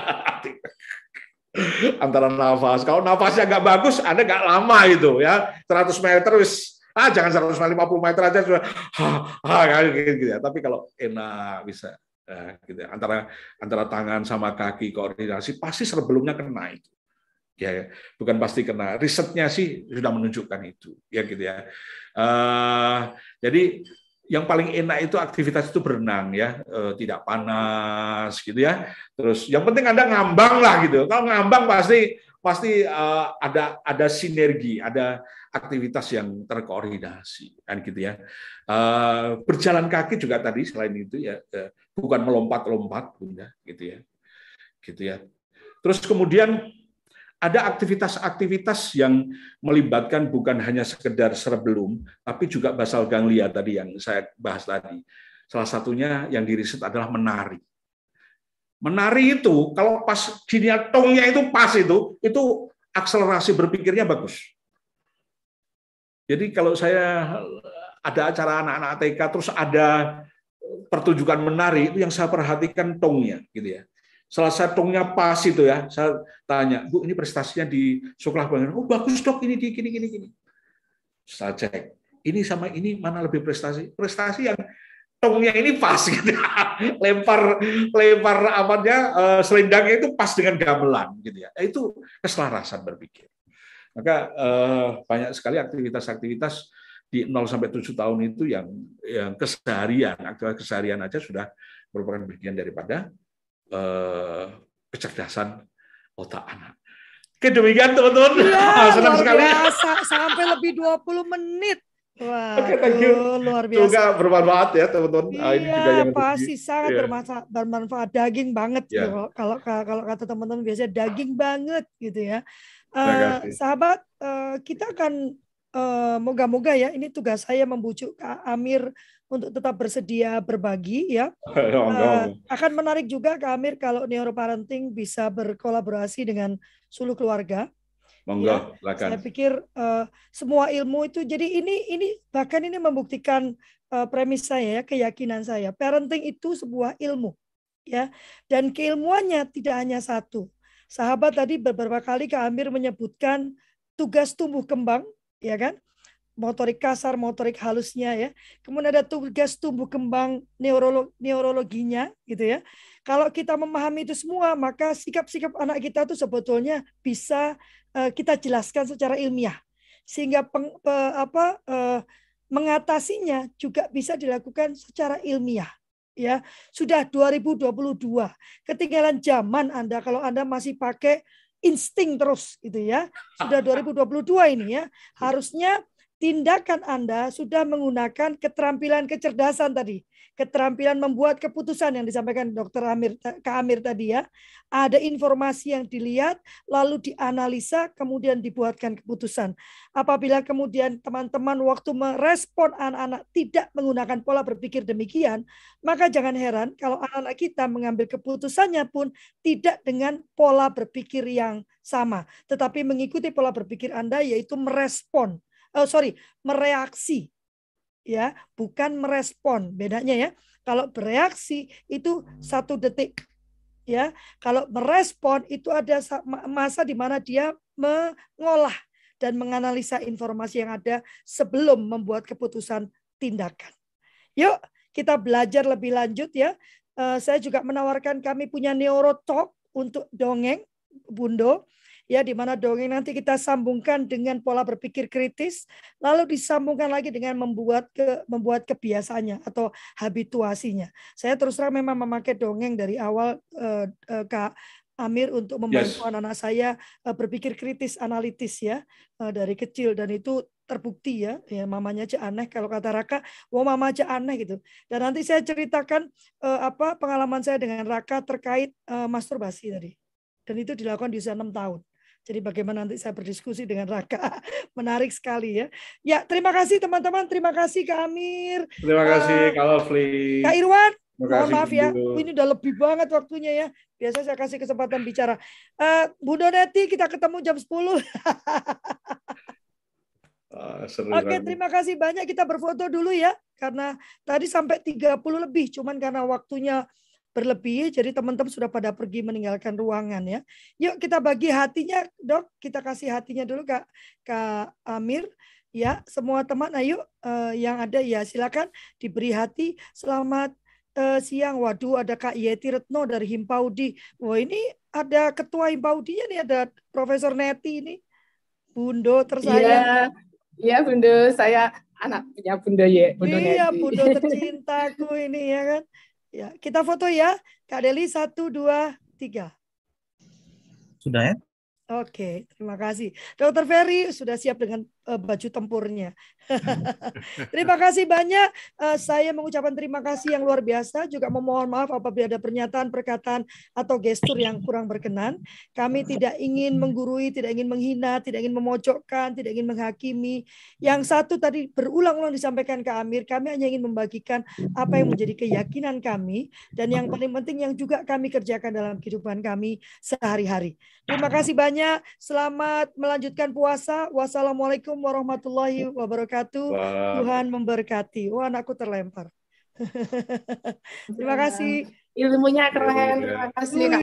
S2: Antara nafas, kalau nafasnya nggak bagus, Anda nggak lama itu ya, seratus meter wis, ah jangan seratus lima puluh meter aja sudah, ah, gitu ya. Tapi kalau enak bisa, ya, gitu ya. Antara antara tangan sama kaki koordinasi pasti sebelumnya kena itu, ya bukan pasti kena. Risetnya sih sudah menunjukkan itu, ya gitu ya. Uh, jadi yang paling enak itu aktivitas itu berenang ya, e, tidak panas gitu ya. Terus yang penting Anda ngambang lah gitu. Kalau ngambang pasti pasti e, ada ada sinergi, ada aktivitas yang terkoordinasi kan gitu ya. E, berjalan kaki juga tadi selain itu ya, e, bukan melompat-lompat Bunda gitu ya. Gitu ya. Terus kemudian ada aktivitas-aktivitas yang melibatkan bukan hanya sekedar cerebellum, tapi juga basal ganglia tadi yang saya bahas tadi. Salah satunya yang diriset adalah menari. Menari itu kalau pas gininya tongnya itu pas itu, itu akselerasi berpikirnya bagus. Jadi kalau saya ada acara anak-anak T K terus ada pertunjukan menari, itu yang saya perhatikan tongnya, gitu ya. selesai tongnya pas itu ya, saya tanya, Bu, ini prestasinya di sekolah bagaimana? Oh bagus dok, ini di gini gini gini. Saya cek, ini sama ini mana lebih prestasi? Prestasi yang tongnya ini pas gitu. lempar lempar apanya uh, selendangnya itu pas dengan gamelan gitu ya. Itu keselarasan berpikir. Maka uh, banyak sekali aktivitas-aktivitas di nol sampai tujuh tahun itu yang yang keseharian, aktivitas keseharian aja sudah merupakan bagian daripada uh, kecerdasan otak anak. Oke, demikian teman-teman.
S1: Ya,
S2: senang
S1: luar
S2: sekali.
S1: biasa, sampai lebih dua puluh menit. Wah,
S2: Oke, thank you.
S1: Luar biasa.
S2: Semoga bermanfaat ya teman-teman.
S1: Iya,
S2: ini juga yang
S1: pasti sangat
S2: iya.
S1: bermanfaat, bermanfaat. Daging banget
S2: Iya.
S1: gitu. Kalau kalau kata teman-teman biasanya daging banget gitu ya.
S2: Terima
S1: Uh,
S2: kasih.
S1: sahabat, uh, kita akan uh, moga-moga ya. Ini tugas saya membujuk Kak Amir untuk tetap bersedia berbagi ya. Uh, akan menarik juga Kak Amir kalau neuroparenting bisa berkolaborasi dengan Suluh Keluarga.
S2: Monggo,
S1: ya, saya pikir uh, semua ilmu itu jadi ini ini bahkan ini membuktikan uh, premis saya ya, keyakinan saya. Parenting itu sebuah ilmu ya, dan keilmuannya tidak hanya satu. Sahabat tadi beberapa kali Kak Amir menyebutkan tugas tumbuh kembang, ya kan? Motorik kasar, motorik halusnya ya. Kemudian ada tugas tumbuh kembang neurolog, neurologinya gitu ya. Kalau kita memahami itu semua, maka sikap-sikap anak kita itu sebetulnya bisa uh, kita jelaskan secara ilmiah. Sehingga peng, pe, apa uh, mengatasinya juga bisa dilakukan secara ilmiah. Ya, sudah dua ribu dua puluh dua. Ketinggalan zaman Anda kalau Anda masih pakai insting terus gitu ya. Sudah dua ribu dua puluh dua ini ya. Harusnya tindakan Anda sudah menggunakan keterampilan kecerdasan tadi. Keterampilan membuat keputusan yang disampaikan Dokter Amir, Kak Amir tadi ya. Ada informasi yang dilihat, lalu dianalisa, kemudian dibuatkan keputusan. Apabila kemudian teman-teman waktu merespon anak-anak tidak menggunakan pola berpikir demikian, maka jangan heran kalau anak-anak kita mengambil keputusannya pun tidak dengan pola berpikir yang sama. Tetapi mengikuti pola berpikir Anda yaitu merespon. Oh, sorry, mereaksi. Ya, bukan merespon. Bedanya ya. Kalau bereaksi itu satu detik. Ya, kalau merespon itu ada masa di mana dia mengolah dan menganalisa informasi yang ada sebelum membuat keputusan tindakan. Yuk, kita belajar lebih lanjut ya. Uh, saya juga menawarkan kami punya Neurotalk untuk dongeng, Bundo. Ya, di mana dongeng nanti kita sambungkan dengan pola berpikir kritis, lalu disambungkan lagi dengan membuat ke, membuat kebiasaannya atau habituasinya. Saya terus terang memang memakai dongeng dari awal uh, uh, Kak Amir untuk membantu yes. anak-anak saya uh, berpikir kritis, analitis ya uh, dari kecil, dan itu terbukti ya, ya mamanya aja aneh kalau kata Raka, wah mama aja aneh gitu. Dan nanti saya ceritakan uh, apa pengalaman saya dengan Raka terkait uh, masturbasi tadi, dan itu dilakukan di usia enam tahun. Jadi bagaimana nanti saya berdiskusi dengan Raka. Menarik sekali ya. Ya, terima kasih teman-teman. Terima kasih Kak Amir.
S2: Terima kasih uh, Kak Lovely.
S1: Kak Irwan. Mohon maaf ya.
S2: Dulu.
S1: Ini udah lebih banget waktunya ya. Biasa saya kasih kesempatan bicara. Uh, Bu Doneti, kita ketemu jam sepuluh. uh, Oke, terima kasih banyak. Kita berfoto dulu ya. Karena tadi sampai tiga puluh lebih. Cuman karena waktunya berlebih, jadi teman-teman sudah pada pergi meninggalkan ruangan ya. Yuk kita bagi hatinya, Dok. Kita kasih hatinya dulu Kak Kak Amir. Ya, semua teman, ayo uh, yang ada ya silakan diberi hati. Selamat uh, siang. Waduh, ada Kak Yeti Retno dari Himpaudi. Wah, ini ada ketua Himpaudinya nih, ada Profesor Neti ini. Bundo tersayang.
S5: Iya, iya Bundo, saya anak punya Bundo ya, Bundo Neti.
S1: Iya, Bundo tercintaku ini ya kan. Ya, kita foto ya. Kak Deli, satu, dua, tiga.
S6: Sudah ya?
S1: Oke, terima kasih. Dokter Ferry sudah siap dengan uh, baju tempurnya. Terima kasih banyak. Uh, saya mengucapkan terima kasih yang luar biasa. Juga memohon maaf apabila ada pernyataan, perkataan, atau gestur yang kurang berkenan. Kami tidak ingin menggurui, tidak ingin menghina, tidak ingin memojokkan, tidak ingin menghakimi. Yang satu tadi berulang-ulang disampaikan Kak Amir, kami hanya ingin membagikan apa yang menjadi keyakinan kami. Dan yang paling penting yang juga kami kerjakan dalam kehidupan kami sehari-hari. Terima kasih banyak. Selamat melanjutkan puasa. Wassalamualaikum warahmatullahi wabarakatuh. Wow. Tuhan memberkati. Wah, anakku terlempar. Terima kasih.
S5: Ilmunya keren. Terima kasih Kak.